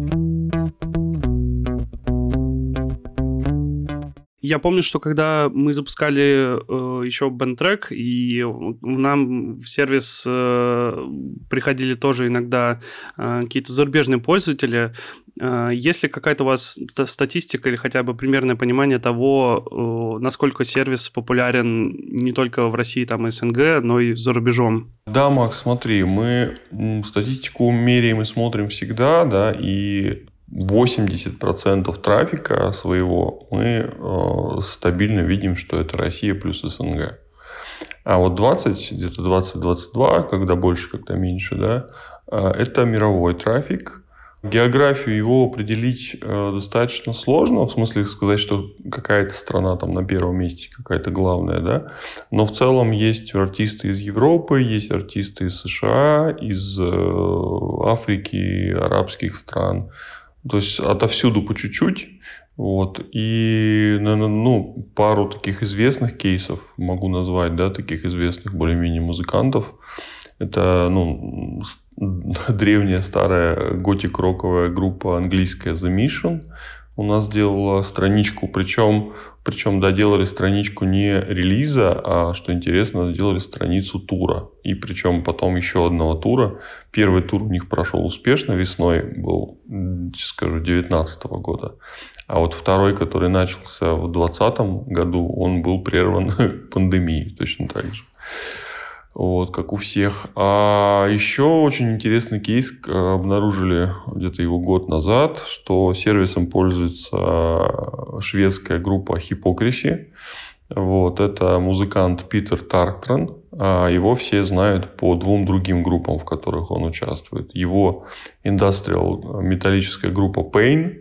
Я помню, что когда мы запускали э, еще бэндтрек, и нам в сервис э, приходили тоже иногда э, какие-то зарубежные пользователи, э, есть ли какая-то у вас статистика или хотя бы примерное понимание того, э, насколько сервис популярен не только в России, там, и СНГ, но и за рубежом? Да, Макс, смотри, мы статистику меряем и смотрим всегда, да, и восемьдесят процентов трафика своего мы э, стабильно видим, что это Россия плюс СНГ. А вот двадцать, где-то двадцать-двадцать два, когда больше, когда меньше, да, э, это мировой трафик. Географию его определить э, достаточно сложно, в смысле сказать, что какая-то страна там на первом месте, какая-то главная, да. Но в целом есть артисты из Европы, есть артисты из США, из э, Африки, арабских стран. То есть отовсюду по чуть-чуть. Вот. И ну, пару таких известных кейсов могу назвать, да, таких известных более-менее музыкантов. Это ну, древняя старая готик-роковая группа английская The Mission. У нас делала страничку, причем, причем да, делали страничку не релиза, а, что интересно, сделали страницу тура. И причем потом еще одного тура. Первый тур у них прошел успешно, весной был, скажу, девятнадцатого года. А вот второй, который начался в двадцатом году, он был прерван пандемией, точно так же. Вот, как у всех. А еще очень интересный кейс обнаружили где-то его год назад, что сервисом пользуется шведская группа Hypocrisy. Вот, это музыкант Питер Тарктрон. А его все знают по двум другим группам, в которых он участвует. Его индастриал металлическая группа Pain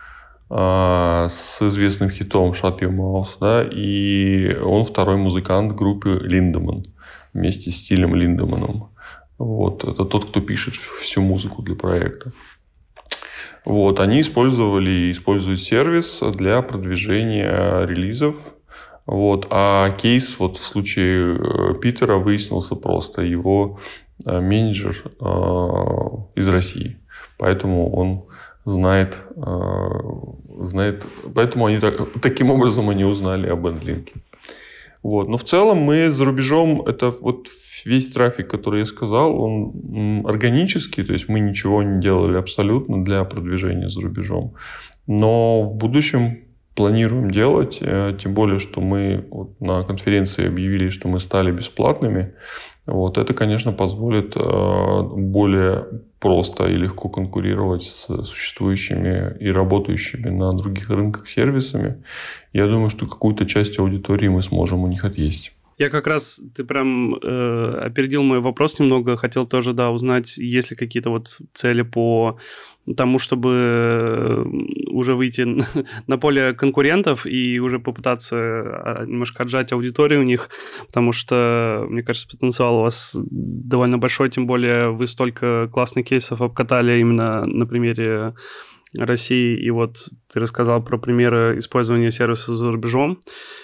с известным хитом Shut Your Mouth, да, и он второй музыкант группы Lindemann вместе с Тилем Линдеманом. Вот. Это тот, кто пишет всю музыку для проекта. Вот. Они использовали и используют сервис для продвижения релизов. Вот. А кейс вот в случае Питера выяснился просто. Его менеджер э, из России. Поэтому он знает, э, знает... Поэтому они так, таким образом они узнали об BandLink. Вот. Но в целом мы за рубежом, это вот весь трафик, который я сказал, он органический, то есть мы ничего не делали абсолютно для продвижения за рубежом. Но в будущем планируем делать, тем более, что мы вот на конференции объявили, что мы стали бесплатными. Вот. Это, конечно, позволит более просто и легко конкурировать с существующими и работающими на других рынках сервисами. Я думаю, что какую-то часть аудитории мы сможем у них отъесть. Я как раз, ты прям э, опередил мой вопрос немного, хотел тоже, да, узнать, есть ли какие-то вот цели по тому, чтобы уже выйти на поле конкурентов и уже попытаться немножко отжать аудиторию у них, потому что, мне кажется, потенциал у вас довольно большой, тем более вы столько классных кейсов обкатали именно на примере России, и вот ты рассказал про примеры использования сервиса за рубежом.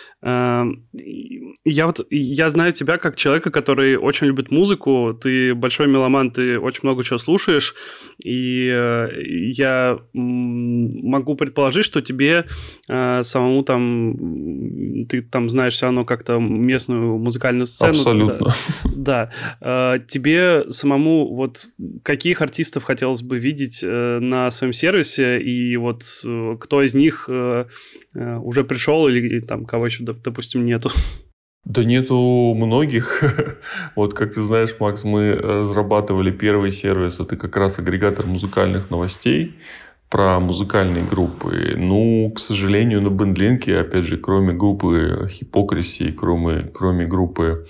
Я вот я знаю тебя как человека, который очень любит музыку, ты большой меломан, ты очень много чего слушаешь, и я могу предположить, что тебе самому там, ты там знаешь все равно как-то местную музыкальную сцену. Абсолютно. Да, да. Тебе самому вот каких артистов хотелось бы видеть на своем сервисе, и вот кто из них уже пришел или там кого еще, допустим, нету? Да нету многих. Вот как ты знаешь, Макс, мы разрабатывали первый сервис. Это как раз агрегатор музыкальных новостей про музыкальные группы. Ну, к сожалению, на BandLink, опять же, кроме группы Hypocrisy, кроме, кроме группы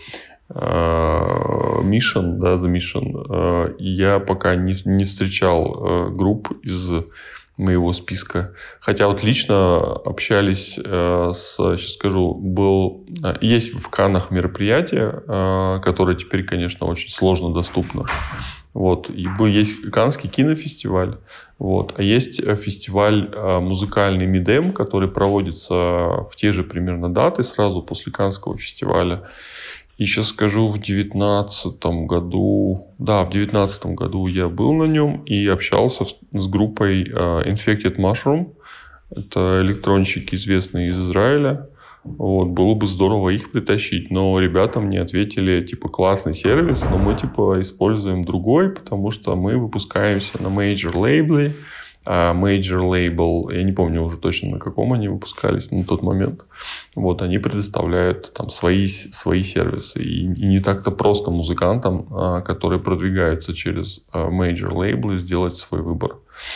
uh, Mission, да, The Mission, uh, я пока не, не встречал uh, групп из моего списка. Хотя вот лично общались э, с, сейчас скажу, был, э, есть в Каннах мероприятие, э, которое теперь, конечно, очень сложно доступно. Вот. И есть Каннский кинофестиваль, вот. А есть фестиваль э, музыкальный Мидем, который проводится в те же примерно даты, сразу после Каннского фестиваля. И сейчас скажу, в девятнадцатом году, да, в девятнадцатом году я был на нем и общался с, с группой uh, Infected Mushroom. Это электронщики, известные из Израиля. Вот, было бы здорово их притащить. Но ребята мне ответили, типа, классный сервис, но мы, типа, используем другой, потому что мы выпускаемся на major лейбле. А major label, я не помню уже точно, на каком они выпускались на тот момент. Вот, они предоставляют там свои, свои сервисы. И, и не так-то просто музыкантам, а, которые продвигаются через а, major label, сделать свой выбор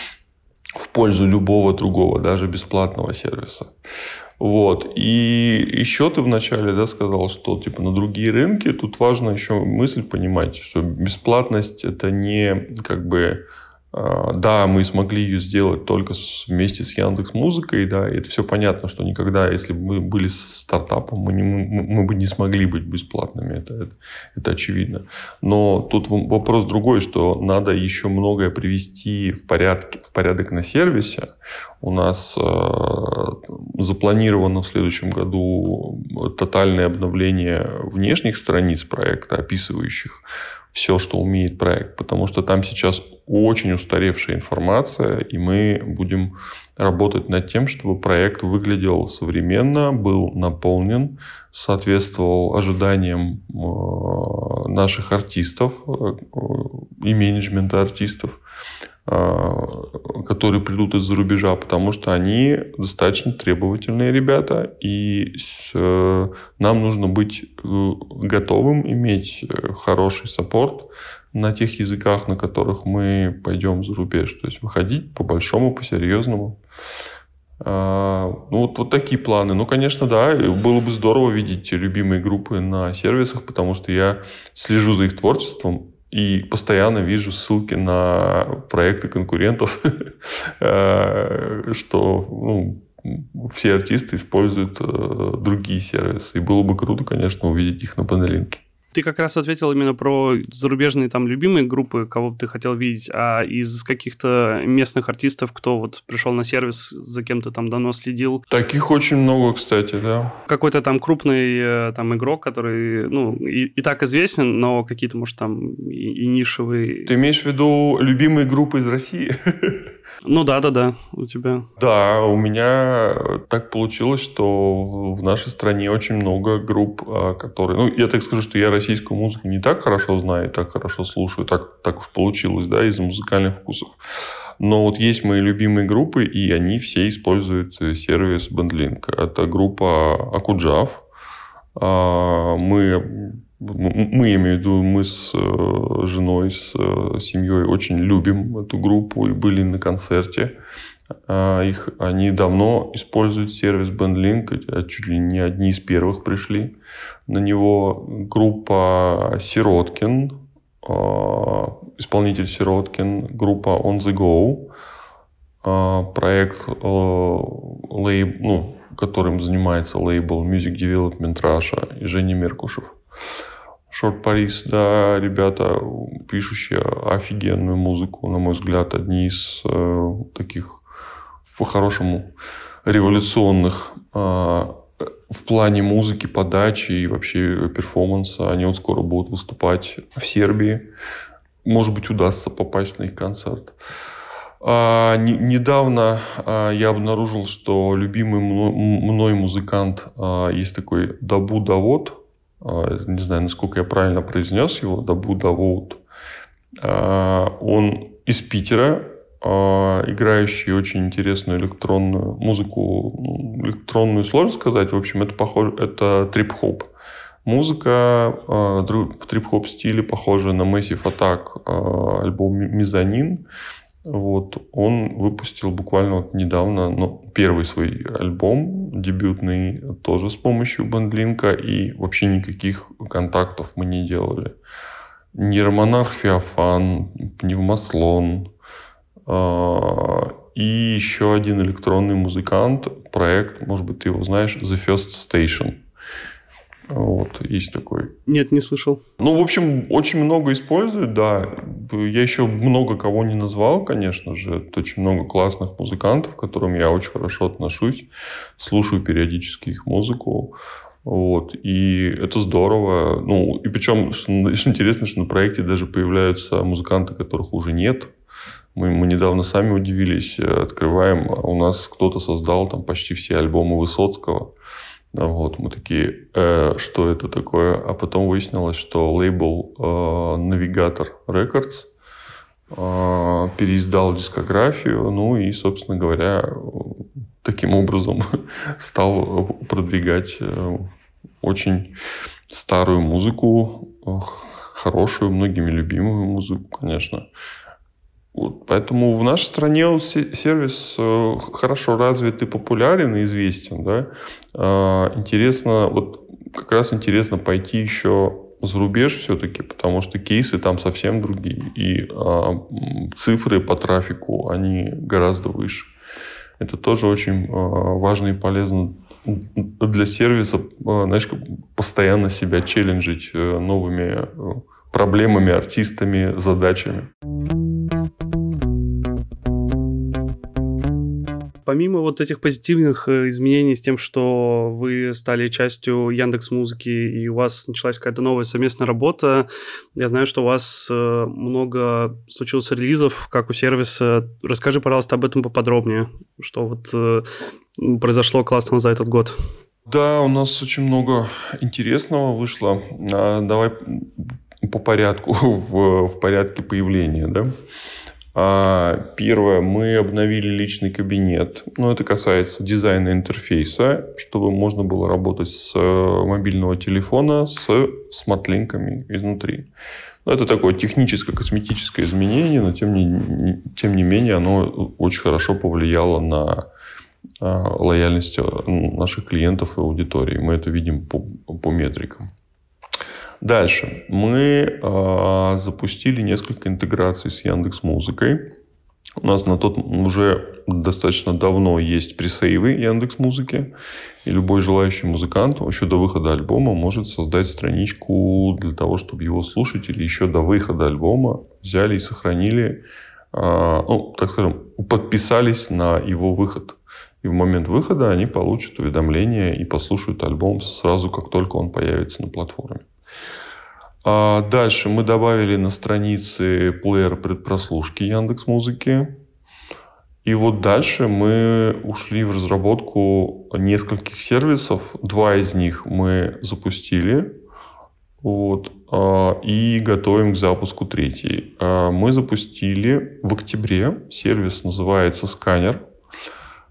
в пользу любого другого, даже бесплатного сервиса. Вот. И еще ты вначале, да, сказал, что типа на другие рынки. Тут важно еще мысль понимать, что бесплатность это не как бы... Да, мы смогли ее сделать только вместе с Яндекс.Музыкой, да, и это все понятно, что никогда, если бы мы были стартапом, мы, не, мы бы не смогли быть бесплатными, это, это, это очевидно. Но тут вопрос другой, что надо еще многое привести в, порядке, в порядок на сервисе. У нас э, запланировано в следующем году тотальное обновление внешних страниц проекта, описывающих все, что умеет проект, потому что там сейчас очень устаревшая информация, и мы будем работать над тем, чтобы проект выглядел современно, был наполнен, соответствовал ожиданиям наших артистов и менеджмента артистов, которые придут из-за рубежа, потому что они достаточно требовательные ребята, и с, нам нужно быть готовым иметь хороший саппорт на тех языках, на которых мы пойдем за рубеж. То есть выходить по-большому, по-серьезному. Ну, вот, вот такие планы. Ну, конечно, да, было бы здорово видеть любимые группы на сервисах, потому что я слежу за их творчеством и постоянно вижу ссылки на проекты конкурентов, что ну, все артисты используют другие сервисы. И было бы круто, конечно, увидеть их на BandLink. Ты как раз ответил именно про зарубежные там любимые группы, кого бы ты хотел видеть, а из каких-то местных артистов, кто вот пришел на сервис, за кем-то там давно следил? Таких очень много, кстати, да. Какой-то там крупный там игрок, который, ну, и, и так известен, но какие-то, может, там и, и нишевые. Ты имеешь в виду любимые группы из России? Ну да, да, да, у тебя. Да, у меня так получилось, что в нашей стране очень много групп, которые... Ну, я так скажу, что я российскую музыку не так хорошо знаю, так хорошо слушаю, так, так уж получилось, да, из-за музыкальных вкусов. Но вот есть мои любимые группы, и они все используют сервис BandLink. Это группа Акуджав. Мы Мы, имею в виду, мы с женой, с семьей очень любим эту группу и были на концерте. Их, они давно используют сервис BandLink, чуть ли не одни из первых пришли на него. Группа Сироткин, исполнитель Сироткин, группа On The Go, проект, лейб, ну, которым занимается лейбл Music Development Russia и Женя Меркушев. Short Paris, да, ребята, пишущие офигенную музыку, на мой взгляд, одни из э, таких, по-хорошему, революционных э, в плане музыки, подачи и вообще перформанса. Они вот скоро будут выступать в Сербии. Может быть, удастся попасть на их концерт. А, не, недавно а, я обнаружил, что любимый мной, мной музыкант, а, есть такой Дабу Давод. Не знаю, насколько я правильно произнес его, Дабу Давод. Он из Питера, играющий очень интересную электронную музыку. Электронную сложно сказать. В общем, это похоже, это трип-хоп. Музыка в трип-хоп стиле похожа на Massive Attack альбом «Мезонин». Вот. Он выпустил буквально вот недавно, ну, первый свой альбом, дебютный, тоже с помощью BandLink, и вообще никаких контактов мы не делали. Нейромонарх Феофан, Пневмослон, э, и еще один электронный музыкант, проект, может быть, ты его знаешь, The First Station. Вот, есть такой. Нет, не слышал. Ну, в общем, очень много используют, да. Я еще много кого не назвал, конечно же. Это очень много классных музыкантов, к которым я очень хорошо отношусь. Слушаю периодически их музыку. Вот. И это здорово. Ну, и причем, что, что интересно, что на проекте даже появляются музыканты, которых уже нет. Мы, мы недавно сами удивились. Открываем, у нас кто-то создал там почти все альбомы Высоцкого. Вот, мы такие, э, что это такое? А потом выяснилось, что лейбл э, Navigator Records э, переиздал дискографию, ну и, собственно говоря, таким образом стал продвигать э, очень старую музыку, э, хорошую, многими любимую музыку, конечно. Вот, поэтому в нашей стране сервис хорошо развит и популярен, и известен. Да? Интересно, вот как раз интересно пойти еще за рубеж все-таки, потому что кейсы там совсем другие. И а, цифры по трафику, они гораздо выше. Это тоже очень а, важно и полезно для сервиса, а, знаешь, постоянно себя челленджить новыми проблемами, артистами, задачами. Помимо вот этих позитивных изменений с тем, что вы стали частью Яндекс.Музыки и у вас началась какая-то новая совместная работа, я знаю, что у вас много случилось релизов, как у сервиса. Расскажи, пожалуйста, об этом поподробнее, что вот произошло классного за этот год. Да, у нас очень много интересного вышло. Давай по порядку, в, в порядке появления, да. Первое, мы обновили личный кабинет. Ну, это касается дизайна интерфейса, чтобы можно было работать с мобильного телефона с смарт-линками изнутри. Ну, это такое техническое, косметическое изменение, но тем не, тем не менее оно очень хорошо повлияло на лояльность наших клиентов и аудитории. Мы это видим по, по метрикам. Дальше. Мы э, запустили несколько интеграций с Яндекс.Музыкой. У нас на тот уже достаточно давно есть пресейвы Яндекс.Музыки. И любой желающий музыкант еще до выхода альбома может создать страничку для того, чтобы его слушатели еще до выхода альбома взяли и сохранили, э, ну, так скажем, подписались на его выход. И в момент выхода они получат уведомление и послушают альбом сразу, как только он появится на платформе. Дальше мы добавили на странице плеер предпрослушки Яндекс.Музыки. И вот дальше мы ушли в разработку нескольких сервисов. Два из них мы запустили. Вот, и готовим к запуску третий. Мы запустили в октябре. Сервис называется «Сканер».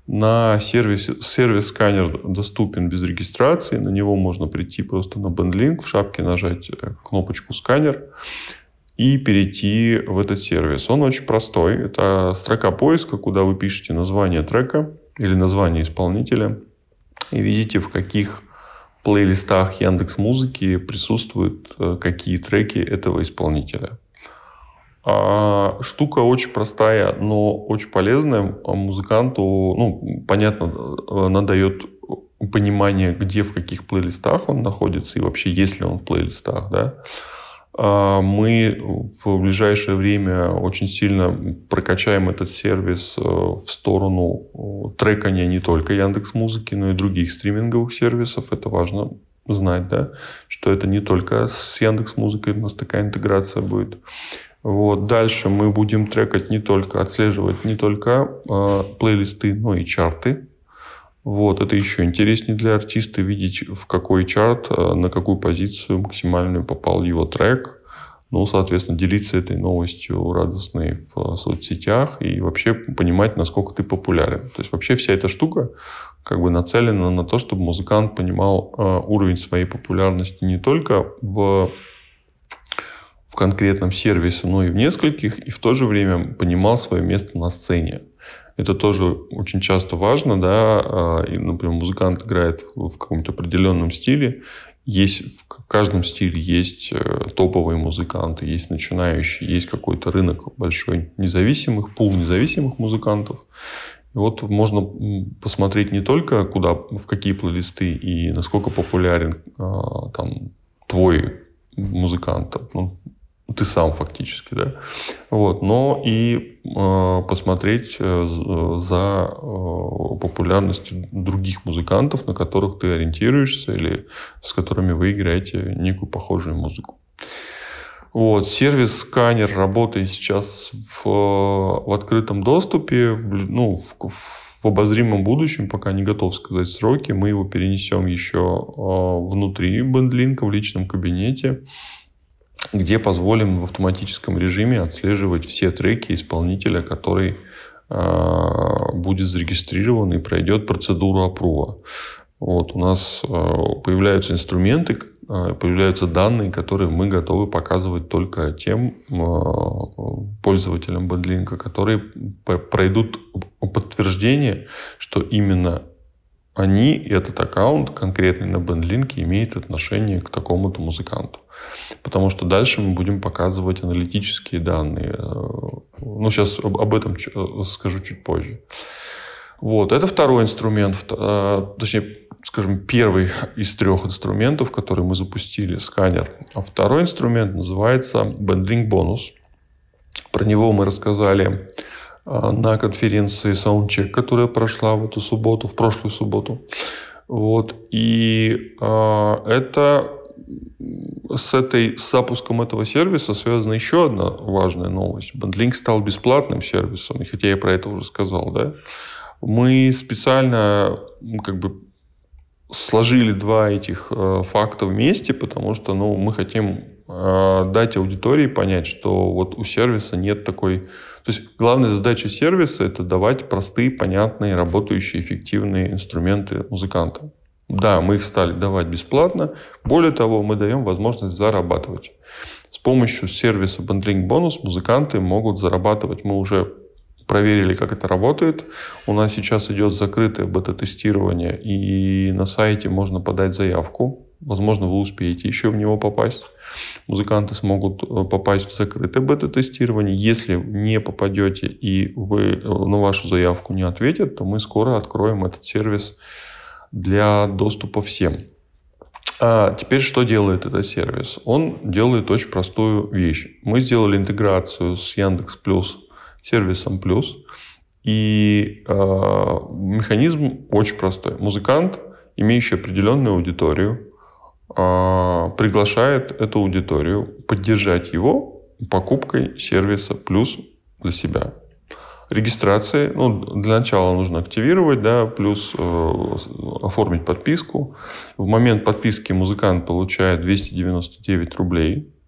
На сервисе, сервис-сканер доступен без регистрации. На него можно прийти просто на BandLink, в шапке нажать кнопочку «Сканер» и перейти в этот сервис. Он очень простой. Это строка поиска, куда вы пишете название трека или название исполнителя и видите, в каких плейлистах Яндекс.Музыки присутствуют какие треки этого исполнителя. А штука очень простая, но очень полезная. Музыканту, ну, понятно, она дает понимание, где, в каких плейлистах он находится и вообще, есть ли он в плейлистах, да. Мы в ближайшее время очень сильно прокачаем этот сервис в сторону трекания не только Яндекс.Музыки, но и других стриминговых сервисов. Это важно знать, да, что это не только с Яндекс.Музыкой у нас такая интеграция будет. Вот. Дальше мы будем трекать не только, отслеживать не только э, плейлисты, но и чарты. Вот. Это еще интереснее для артиста видеть, в какой чарт, э, на какую позицию максимальную попал его трек. Ну, соответственно, делиться этой новостью радостной в соцсетях и вообще понимать, насколько ты популярен. То есть вообще вся эта штука как бы нацелена на то, чтобы музыкант понимал э, уровень своей популярности не только в в конкретном сервисе, но и в нескольких, и в то же время понимал свое место на сцене. Это тоже очень часто важно, да, и, например, музыкант играет в каком-то определенном стиле, есть, в каждом стиле есть топовые музыканты, есть начинающие, есть какой-то рынок большой независимых, пул независимых музыкантов. И вот можно посмотреть не только куда, в какие плейлисты и насколько популярен там твой музыкант, ну, ты сам фактически, да, вот, но и э, посмотреть э, за э, популярностью других музыкантов, на которых ты ориентируешься или с которыми вы играете некую похожую музыку. Вот, сервис «Сканер» работает сейчас в, в открытом доступе, в, ну, в, в обозримом будущем, пока не готов сказать сроки, мы его перенесем еще э, внутри BandLink в личном кабинете, где позволим в автоматическом режиме отслеживать все треки исполнителя, который э, будет зарегистрирован и пройдет процедуру апрува. Вот, у нас э, появляются инструменты, э, появляются данные, которые мы готовы показывать только тем э, пользователям BandLink, которые пройдут подтверждение, что именно они, этот аккаунт конкретный на BandLink, имеет отношение к такому-то музыканту. Потому что дальше мы будем показывать аналитические данные. Ну, сейчас об этом скажу чуть позже. Вот. Это второй инструмент, точнее, скажем, первый из трех инструментов, которые мы запустили, сканер. А второй инструмент называется BandLink Bonus. Про него мы рассказали на конференции Soundcheck, которая прошла в эту субботу, в прошлую субботу. Вот. И э, это с, этой, с запуском этого сервиса связана еще одна важная новость. BandLink стал бесплатным сервисом, и хотя я про это уже сказал, да, мы специально как бы сложили два этих э, факта вместе, потому что ну, мы хотим э, дать аудитории понять, что вот у сервиса нет такой... То есть главная задача сервиса – это давать простые, понятные, работающие, эффективные инструменты музыкантам. Да, мы их стали давать бесплатно. Более того, мы даем возможность зарабатывать. С помощью сервиса BandLink Bonus музыканты могут зарабатывать. Мы уже проверили, как это работает. У нас сейчас идет закрытое бета-тестирование, и на сайте можно подать заявку. Возможно, вы успеете еще в него попасть. Музыканты смогут попасть в закрытое бета-тестирование. Если не попадете и вы на вашу заявку не ответят, то мы скоро откроем этот сервис для доступа всем. А теперь что делает этот сервис? Он делает очень простую вещь. Мы сделали интеграцию с Яндекс.Плюс, сервисом Плюс. И э, механизм очень простой. Музыкант, имеющий определенную аудиторию, э, приглашает эту аудиторию поддержать его покупкой сервиса Плюс для себя. Регистрации, ну, для начала нужно активировать, да, плюс э, оформить подписку. В момент подписки музыкант получает двести девяносто девять рублей.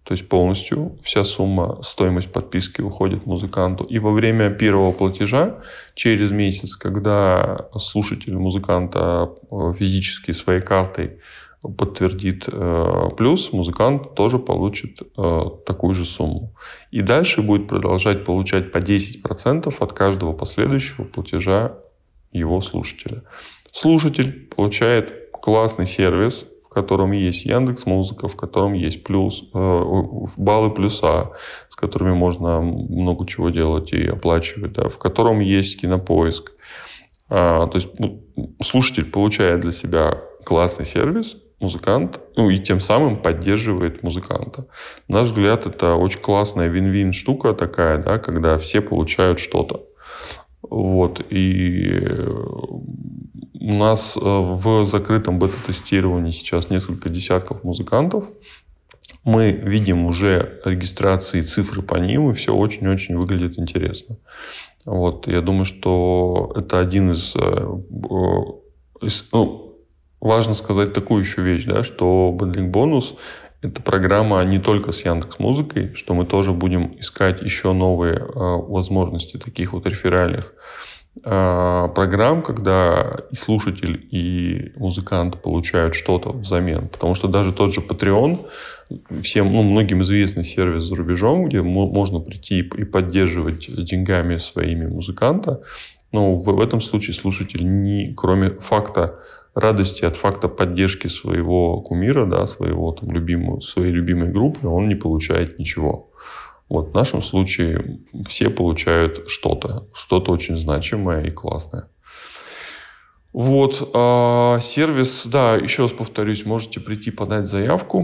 То есть полностью вся сумма, стоимость подписки уходит музыканту. И во время первого платежа, через месяц, когда слушатель музыканта физически своей картой подтвердит э, плюс, музыкант тоже получит э, такую же сумму. И дальше будет продолжать получать по десять процентов от каждого последующего платежа его слушателя. Слушатель получает классный сервис, в котором есть Яндекс.Музыка, в котором есть плюс, э, баллы плюса, с которыми можно много чего делать и оплачивать, да, в котором есть Кинопоиск. А, то есть слушатель получает для себя классный сервис, музыкант, ну и тем самым поддерживает музыканта. На наш взгляд, это очень классная вин-вин штука такая, да, когда все получают что-то. Вот. И у нас в закрытом бета-тестировании сейчас несколько десятков музыкантов. Мы видим уже регистрации, цифры по ним, и все очень-очень выглядит интересно. Вот. Я думаю, что это один из... из ну, важно сказать такую еще вещь, да, что Bundling Bonus – это программа не только с Яндекс.Музыкой, что мы тоже будем искать еще новые э, возможности таких вот реферальных э, программ, когда и слушатель, и музыкант получают что-то взамен. Потому что даже тот же Patreon, всем, ну, многим известный сервис за рубежом, где можно прийти и поддерживать деньгами своими музыканта, но в, в этом случае слушатель, не, кроме факта радости от факта поддержки своего кумира, да, своего, там, любимого, своей любимой группы, он не получает ничего. Вот в нашем случае все получают что-то, что-то очень значимое и классное. Вот, а сервис, да, еще раз повторюсь, можете прийти подать заявку.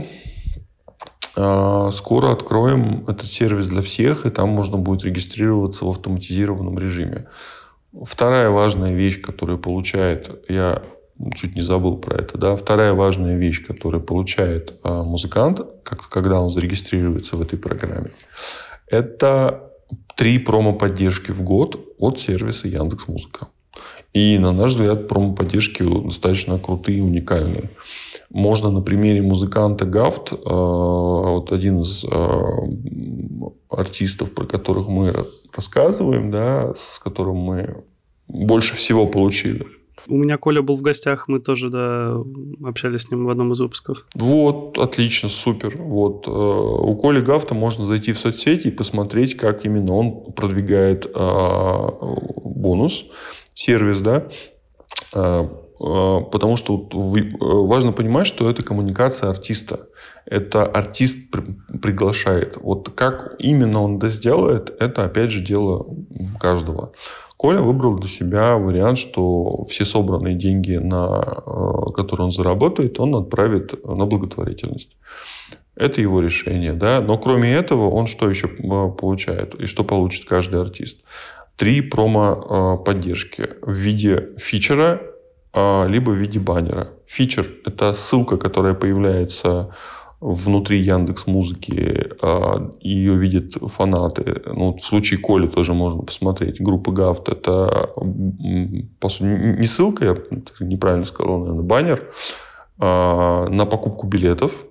А скоро откроем этот сервис для всех, и там можно будет регистрироваться в автоматизированном режиме. Вторая важная вещь, которую получает, я чуть не забыл про это, да, вторая важная вещь, которую получает а, музыкант, как, когда он зарегистрируется в этой программе, это три промо-поддержки в год от сервиса Яндекс.Музыка. И, на наш взгляд, промо-поддержки достаточно крутые и уникальные. Можно на примере музыканта Гафт, э, вот один из э, артистов, про которых мы рассказываем, да, с которым мы больше всего получили. У меня Коля был в гостях, мы тоже, да, общались с ним в одном из выпусков. Вот, отлично, супер. Вот, э, у Коли Гафта можно зайти в соцсети и посмотреть, как именно он продвигает э, бонус, сервис, да, э, э, потому что вот, вы, важно понимать, что это коммуникация артиста. Это артист при, приглашает. Вот как именно он это сделает, это, опять же, дело каждого. Коля выбрал для себя вариант, что все собранные деньги, на, которые он заработает, он отправит на благотворительность. Это его решение. Да? Но кроме этого, он что еще получает? И что получит каждый артист? Три промо-поддержки в виде фичера, либо в виде баннера. Фичер – это ссылка, которая появляется внутри Яндекс.Музыки, ее видят фанаты. Ну, в случае Коли тоже можно посмотреть. Группа Гафт – это, по сути, не ссылка, я неправильно сказал, наверное, баннер на покупку билетов.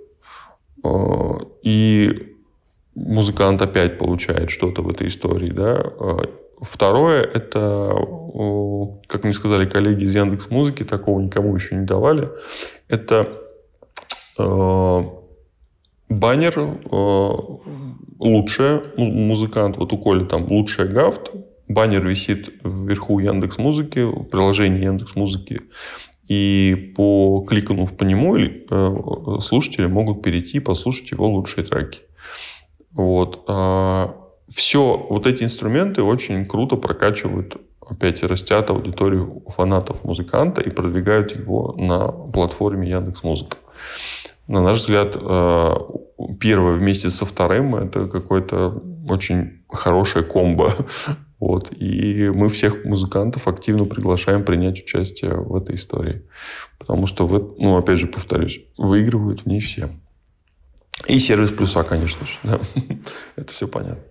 И музыкант опять получает что-то в этой истории. Да? Второе – это, как мне сказали коллеги из Яндекс.Музыки, такого никому еще не давали. Это баннер э, лучшее, музыкант, вот у Коли там лучшая Гафт, баннер висит вверху Яндекс.Музыки, в приложении Яндекс.Музыки, и по кликнув по нему, э, слушатели могут перейти и послушать его лучшие треки. Вот. А все вот эти инструменты очень круто прокачивают, опять растят аудиторию фанатов музыканта и продвигают его на платформе Яндекс.Музыка. На наш взгляд, первое вместе со вторым – это какое-то очень хорошее комбо. Вот. И мы всех музыкантов активно приглашаем принять участие в этой истории. Потому что, в, ну, опять же, повторюсь, выигрывают в ней все. И сервис плюса, конечно же. Да. Это все понятно.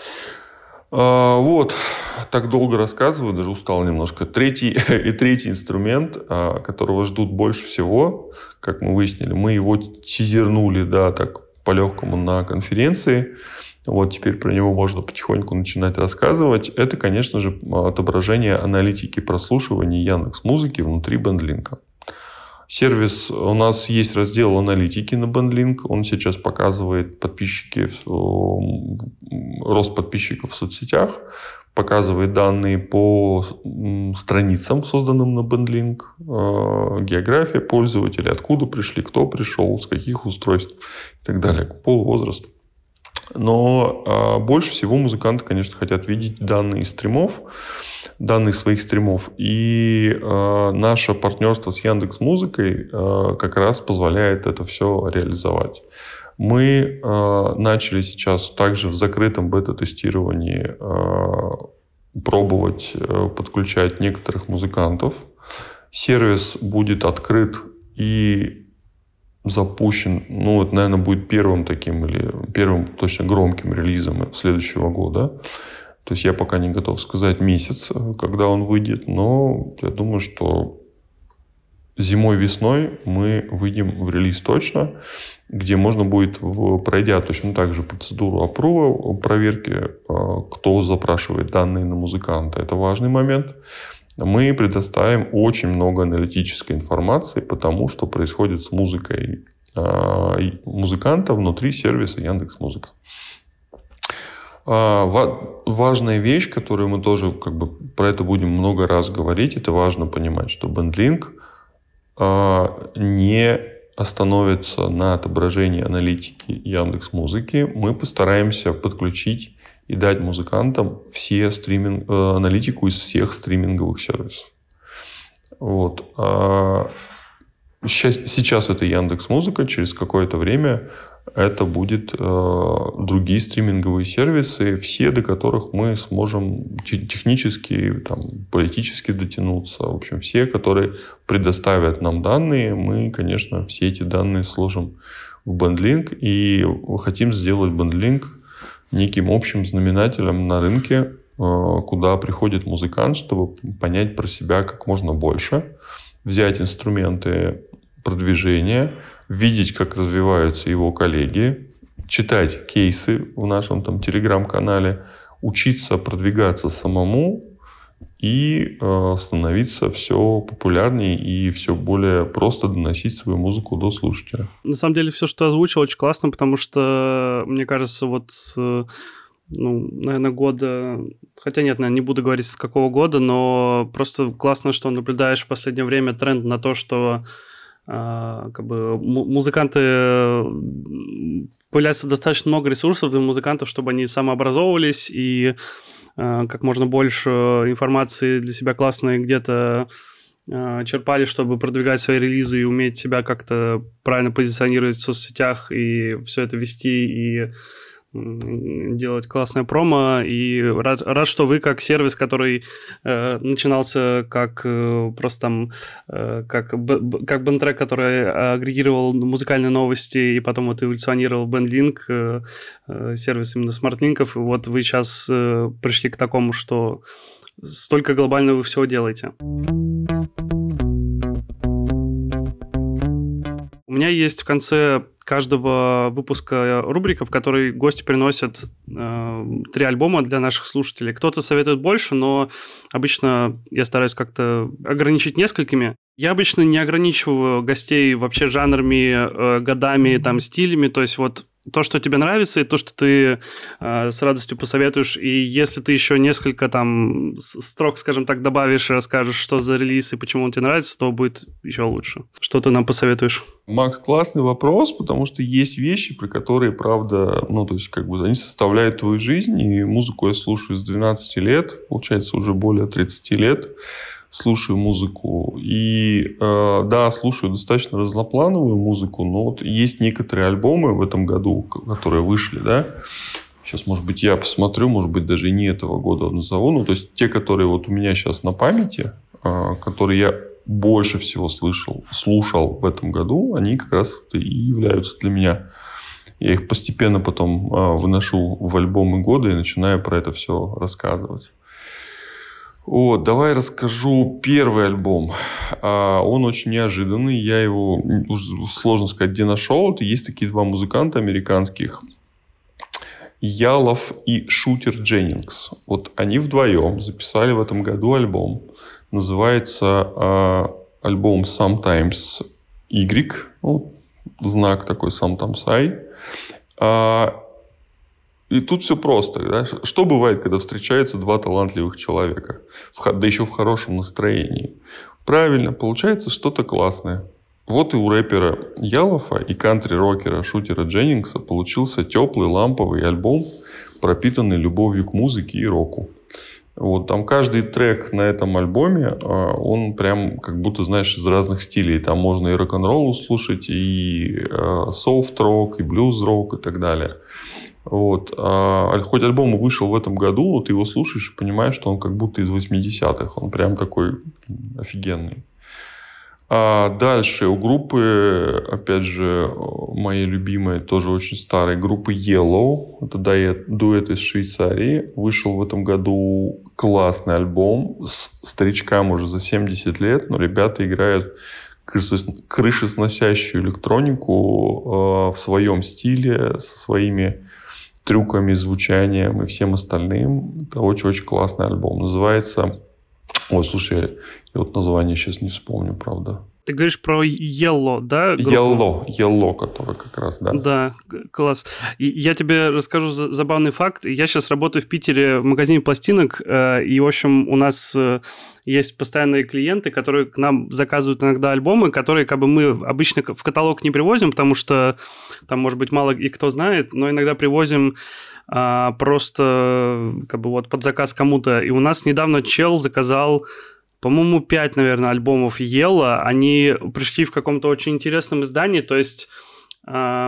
Вот, так долго рассказываю, даже устал немножко. Третий и третий инструмент, которого ждут больше всего, как мы выяснили, мы его тизернули, да, так по-легкому на конференции. Вот теперь про него можно потихоньку начинать рассказывать. Это, конечно же, отображение аналитики прослушивания Яндекс.Музыки внутри BandLink. Сервис, у нас есть раздел аналитики на BandLink. Он сейчас показывает подписчики, рост подписчиков в соцсетях, показывает данные по страницам, созданным на BandLink, география пользователей, откуда пришли, кто пришел, с каких устройств и так далее, пол, возраст. Но а, больше всего музыканты, конечно, хотят видеть данные из стримов, данные своих стримов. И а, наше партнерство с Яндекс.Музыкой а, как раз позволяет это все реализовать. Мы а, начали сейчас также в закрытом бета-тестировании а, пробовать а, подключать некоторых музыкантов. Сервис будет открыт и запущен, ну, это, наверное, будет первым таким или первым точно громким релизом следующего года. То есть я пока не готов сказать месяц, когда он выйдет, но я думаю, что зимой-весной мы выйдем в релиз точно, где можно будет, в, пройдя точно так же процедуру аппрува, проверки, кто запрашивает данные на музыканта. Это важный момент. Мы предоставим очень много аналитической информации по тому, что происходит с музыкой музыканта внутри сервиса Яндекс.Музыка. Важная вещь, которую мы тоже как бы про это будем много раз говорить, это важно понимать, что BandLink не остановится на отображении аналитики Яндекс.Музыки. Мы постараемся подключить и дать музыкантам все стриминг, аналитику из всех стриминговых сервисов. Вот. Сейчас, сейчас это Яндекс.Музыка, через какое-то время это будет э, другие стриминговые сервисы, все до которых мы сможем технически, там, политически дотянуться. В общем, все, которые предоставят нам данные, мы, конечно, все эти данные сложим в BandLink и хотим сделать BandLink неким общим знаменателем на рынке, куда приходит музыкант, чтобы понять про себя как можно больше, взять инструменты продвижения, видеть, как развиваются его коллеги, читать кейсы в нашем там телеграм-канале, учиться продвигаться самому и э, становиться все популярнее и все более просто доносить свою музыку до слушателя. На самом деле все, что озвучил, очень классно, потому что, мне кажется, вот, ну, наверное, года... Хотя нет, наверное, не буду говорить, с какого года, но просто классно, что наблюдаешь в последнее время тренд на то, что э, как бы музыканты... Появляется достаточно много ресурсов для музыкантов, чтобы они самообразовывались и как можно больше информации для себя классной где-то черпали, чтобы продвигать свои релизы и уметь себя как-то правильно позиционировать в соцсетях и все это вести и делать классное промо. И рад, рад что вы как сервис, который э, начинался как э, просто там э, как, б, как бэндтрек, который агрегировал музыкальные новости и потом вот эволюционировал BandLink, э, э, сервис именно смартлинков. И вот вы сейчас э, пришли к такому, что столько глобального вы всего делаете. У меня есть в конце каждого выпуска рубрика, в которой гости приносят э, три альбома для наших слушателей. Кто-то советует больше, но обычно я стараюсь как-то ограничить несколькими. Я обычно не ограничиваю гостей вообще жанрами, э, годами, там, стилями. То есть вот то, что тебе нравится, и то, что ты э, с радостью посоветуешь. И если ты еще несколько там строк, скажем так, добавишь и расскажешь, что за релиз и почему он тебе нравится, то будет еще лучше. Что ты нам посоветуешь? Макс, классный вопрос, потому что есть вещи, про которые, правда, ну, то есть, как бы, они составляют твою жизнь, и музыку я слушаю с двенадцати лет, получается, уже более тридцати лет. Слушаю музыку. И э, да, слушаю достаточно разноплановую музыку, но вот есть некоторые альбомы в этом году, которые вышли, да. Сейчас, может быть, я посмотрю, может быть, даже и не этого года назову. Ну, то есть, те, которые вот у меня сейчас на памяти, э, которые я больше всего слышал, слушал в этом году, они как раз и являются для меня. Я их постепенно потом э, выношу в альбомы года и начинаю про это все рассказывать. Вот, давай расскажу первый альбом. А, он очень неожиданный. Я его, сложно сказать, где нашел. Это есть такие два музыканта американских. Ялов и Шутер Дженнингс. Вот они вдвоем записали в этом году альбом. Называется а, альбом Sometimes Y. Ну, знак такой Sometimes I. А, и тут все просто. Да? Что бывает, когда встречаются два талантливых человека? Да еще в хорошем настроении. Правильно, получается что-то классное. Вот и у рэпера Ялофа и кантри-рокера Шутера Дженнингса получился теплый ламповый альбом, пропитанный любовью к музыке и року. Вот, там каждый трек на этом альбоме, он прям как будто, знаешь, из разных стилей. Там можно и рок-н-ролл услышать, и софт-рок, и блюз-рок, и так далее. Вот. А, хоть альбом вышел в этом году, вот ты его слушаешь и понимаешь, что он как будто из восьмидесятых. Он прям такой офигенный. А дальше у группы, опять же, моей любимой, тоже очень старой группы Yellow. Это дуэт из Швейцарии. Вышел в этом году классный альбом. С старичкам уже за семьдесят лет. Но ребята играют крышесносящую электронику в своем стиле, со своими трюками, звучанием и всем остальным. Это очень-очень классный альбом. Называется... Ой, слушай, я вот название сейчас не вспомню, правда. Ты говоришь про Yellow, да? Группу? Yellow, Yellow, который как раз, да. Да, класс. И я тебе расскажу забавный факт. Я сейчас работаю в Питере в магазине пластинок, и, в общем, у нас есть постоянные клиенты, которые к нам заказывают иногда альбомы, которые как бы мы обычно в каталог не привозим, потому что там, может быть, мало и кто знает, но иногда привозим а, просто как бы вот под заказ кому-то. И у нас недавно чел заказал, по-моему, пять, наверное, альбомов Yellow. Они пришли в каком-то очень интересном издании, то есть... А,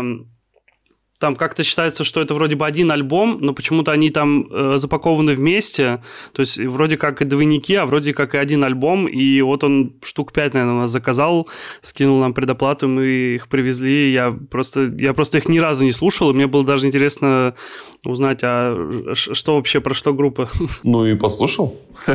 там как-то считается, что это вроде бы один альбом, но почему-то они там э, запакованы вместе. То есть вроде как и двойники, а вроде как и один альбом. И вот он штук пять, наверное, у нас заказал, скинул нам предоплату, мы их привезли. Я просто, я просто их ни разу не слушал, и мне было даже интересно узнать, а что вообще, про что группа. Ну и послушал?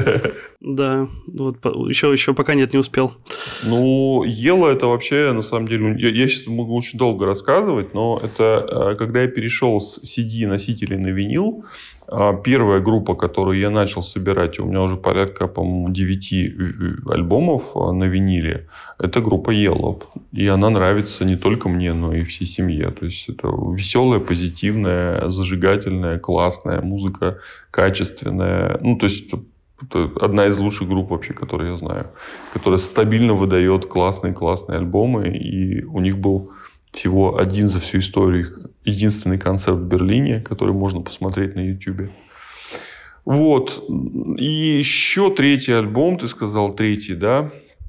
Да, вот еще, еще пока нет, не успел. Ну, Yellow это вообще, на самом деле, я, я сейчас могу очень долго рассказывать, но это когда я перешел с си ди-носителей на винил, первая группа, которую я начал собирать, у меня уже порядка, по-моему, девяти альбомов на виниле, это группа Yellow. И она нравится не только мне, но и всей семье. То есть это веселая, позитивная, зажигательная, классная музыка, качественная. Ну, то есть это одна из лучших групп вообще, которые я знаю, которая стабильно выдает классные-классные альбомы. И у них был всего один за всю историю их единственный концерт в Берлине, который можно посмотреть на YouTube. Вот. И еще третий альбом, ты сказал третий, да?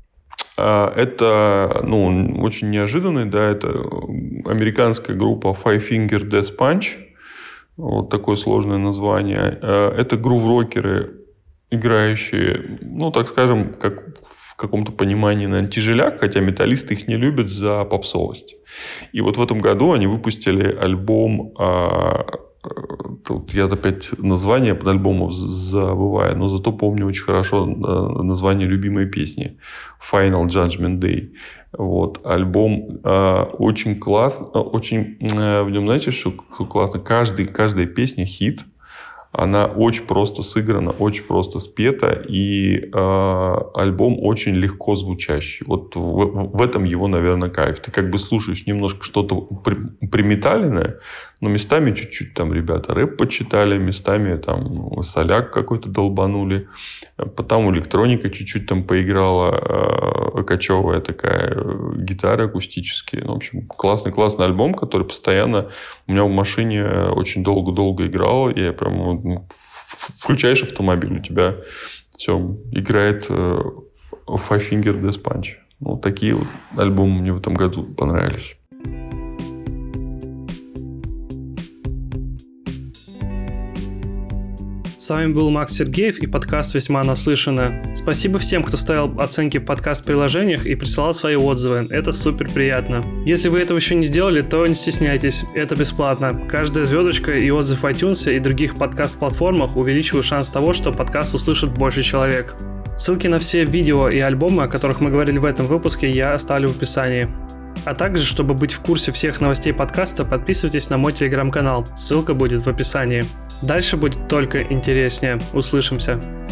Это, ну, очень неожиданный, да, это американская группа Five Finger Death Punch. Вот такое сложное название. Это грув-рокеры, играющие, ну, так скажем, как в каком-то понимании, наверное, тяжеляк, хотя металлисты их не любят за попсовость. И вот в этом году они выпустили альбом, а, тут я опять название под альбомом забываю, но зато помню очень хорошо название любимой песни Final Judgment Day. Вот, альбом э, очень классный, очень, э, в нем, знаете, что классно? Каждый, каждая песня хит. Она очень просто сыграна, очень просто спета, и э, альбом очень легко звучащий. Вот в, в этом его, наверное, кайф. Ты как бы слушаешь немножко что-то при, приметаленное, но местами чуть-чуть там ребята рэп почитали, местами там соляк какой-то долбанули, потом электроника чуть-чуть там поиграла, э, кочевая такая, гитара акустические. Ну, в общем, классный-классный альбом, который постоянно у меня в машине очень долго-долго играл, и я прям включаешь автомобиль, у тебя все играет Five Finger Death Punch. Ну, такие вот альбомы мне в этом году понравились. С вами был Макс Сергеев и подкаст «Весьма наслышано». Спасибо всем, кто ставил оценки в подкаст-приложениях и присылал свои отзывы. Это супер приятно. Если вы этого еще не сделали, то не стесняйтесь. Это бесплатно. Каждая звездочка и отзыв в iTunes и других подкаст-платформах увеличивают шанс того, что подкаст услышит больше человек. Ссылки на все видео и альбомы, о которых мы говорили в этом выпуске, я оставлю в описании. А также, чтобы быть в курсе всех новостей подкаста, подписывайтесь на мой телеграм-канал. Ссылка будет в описании. Дальше будет только интереснее. Услышимся.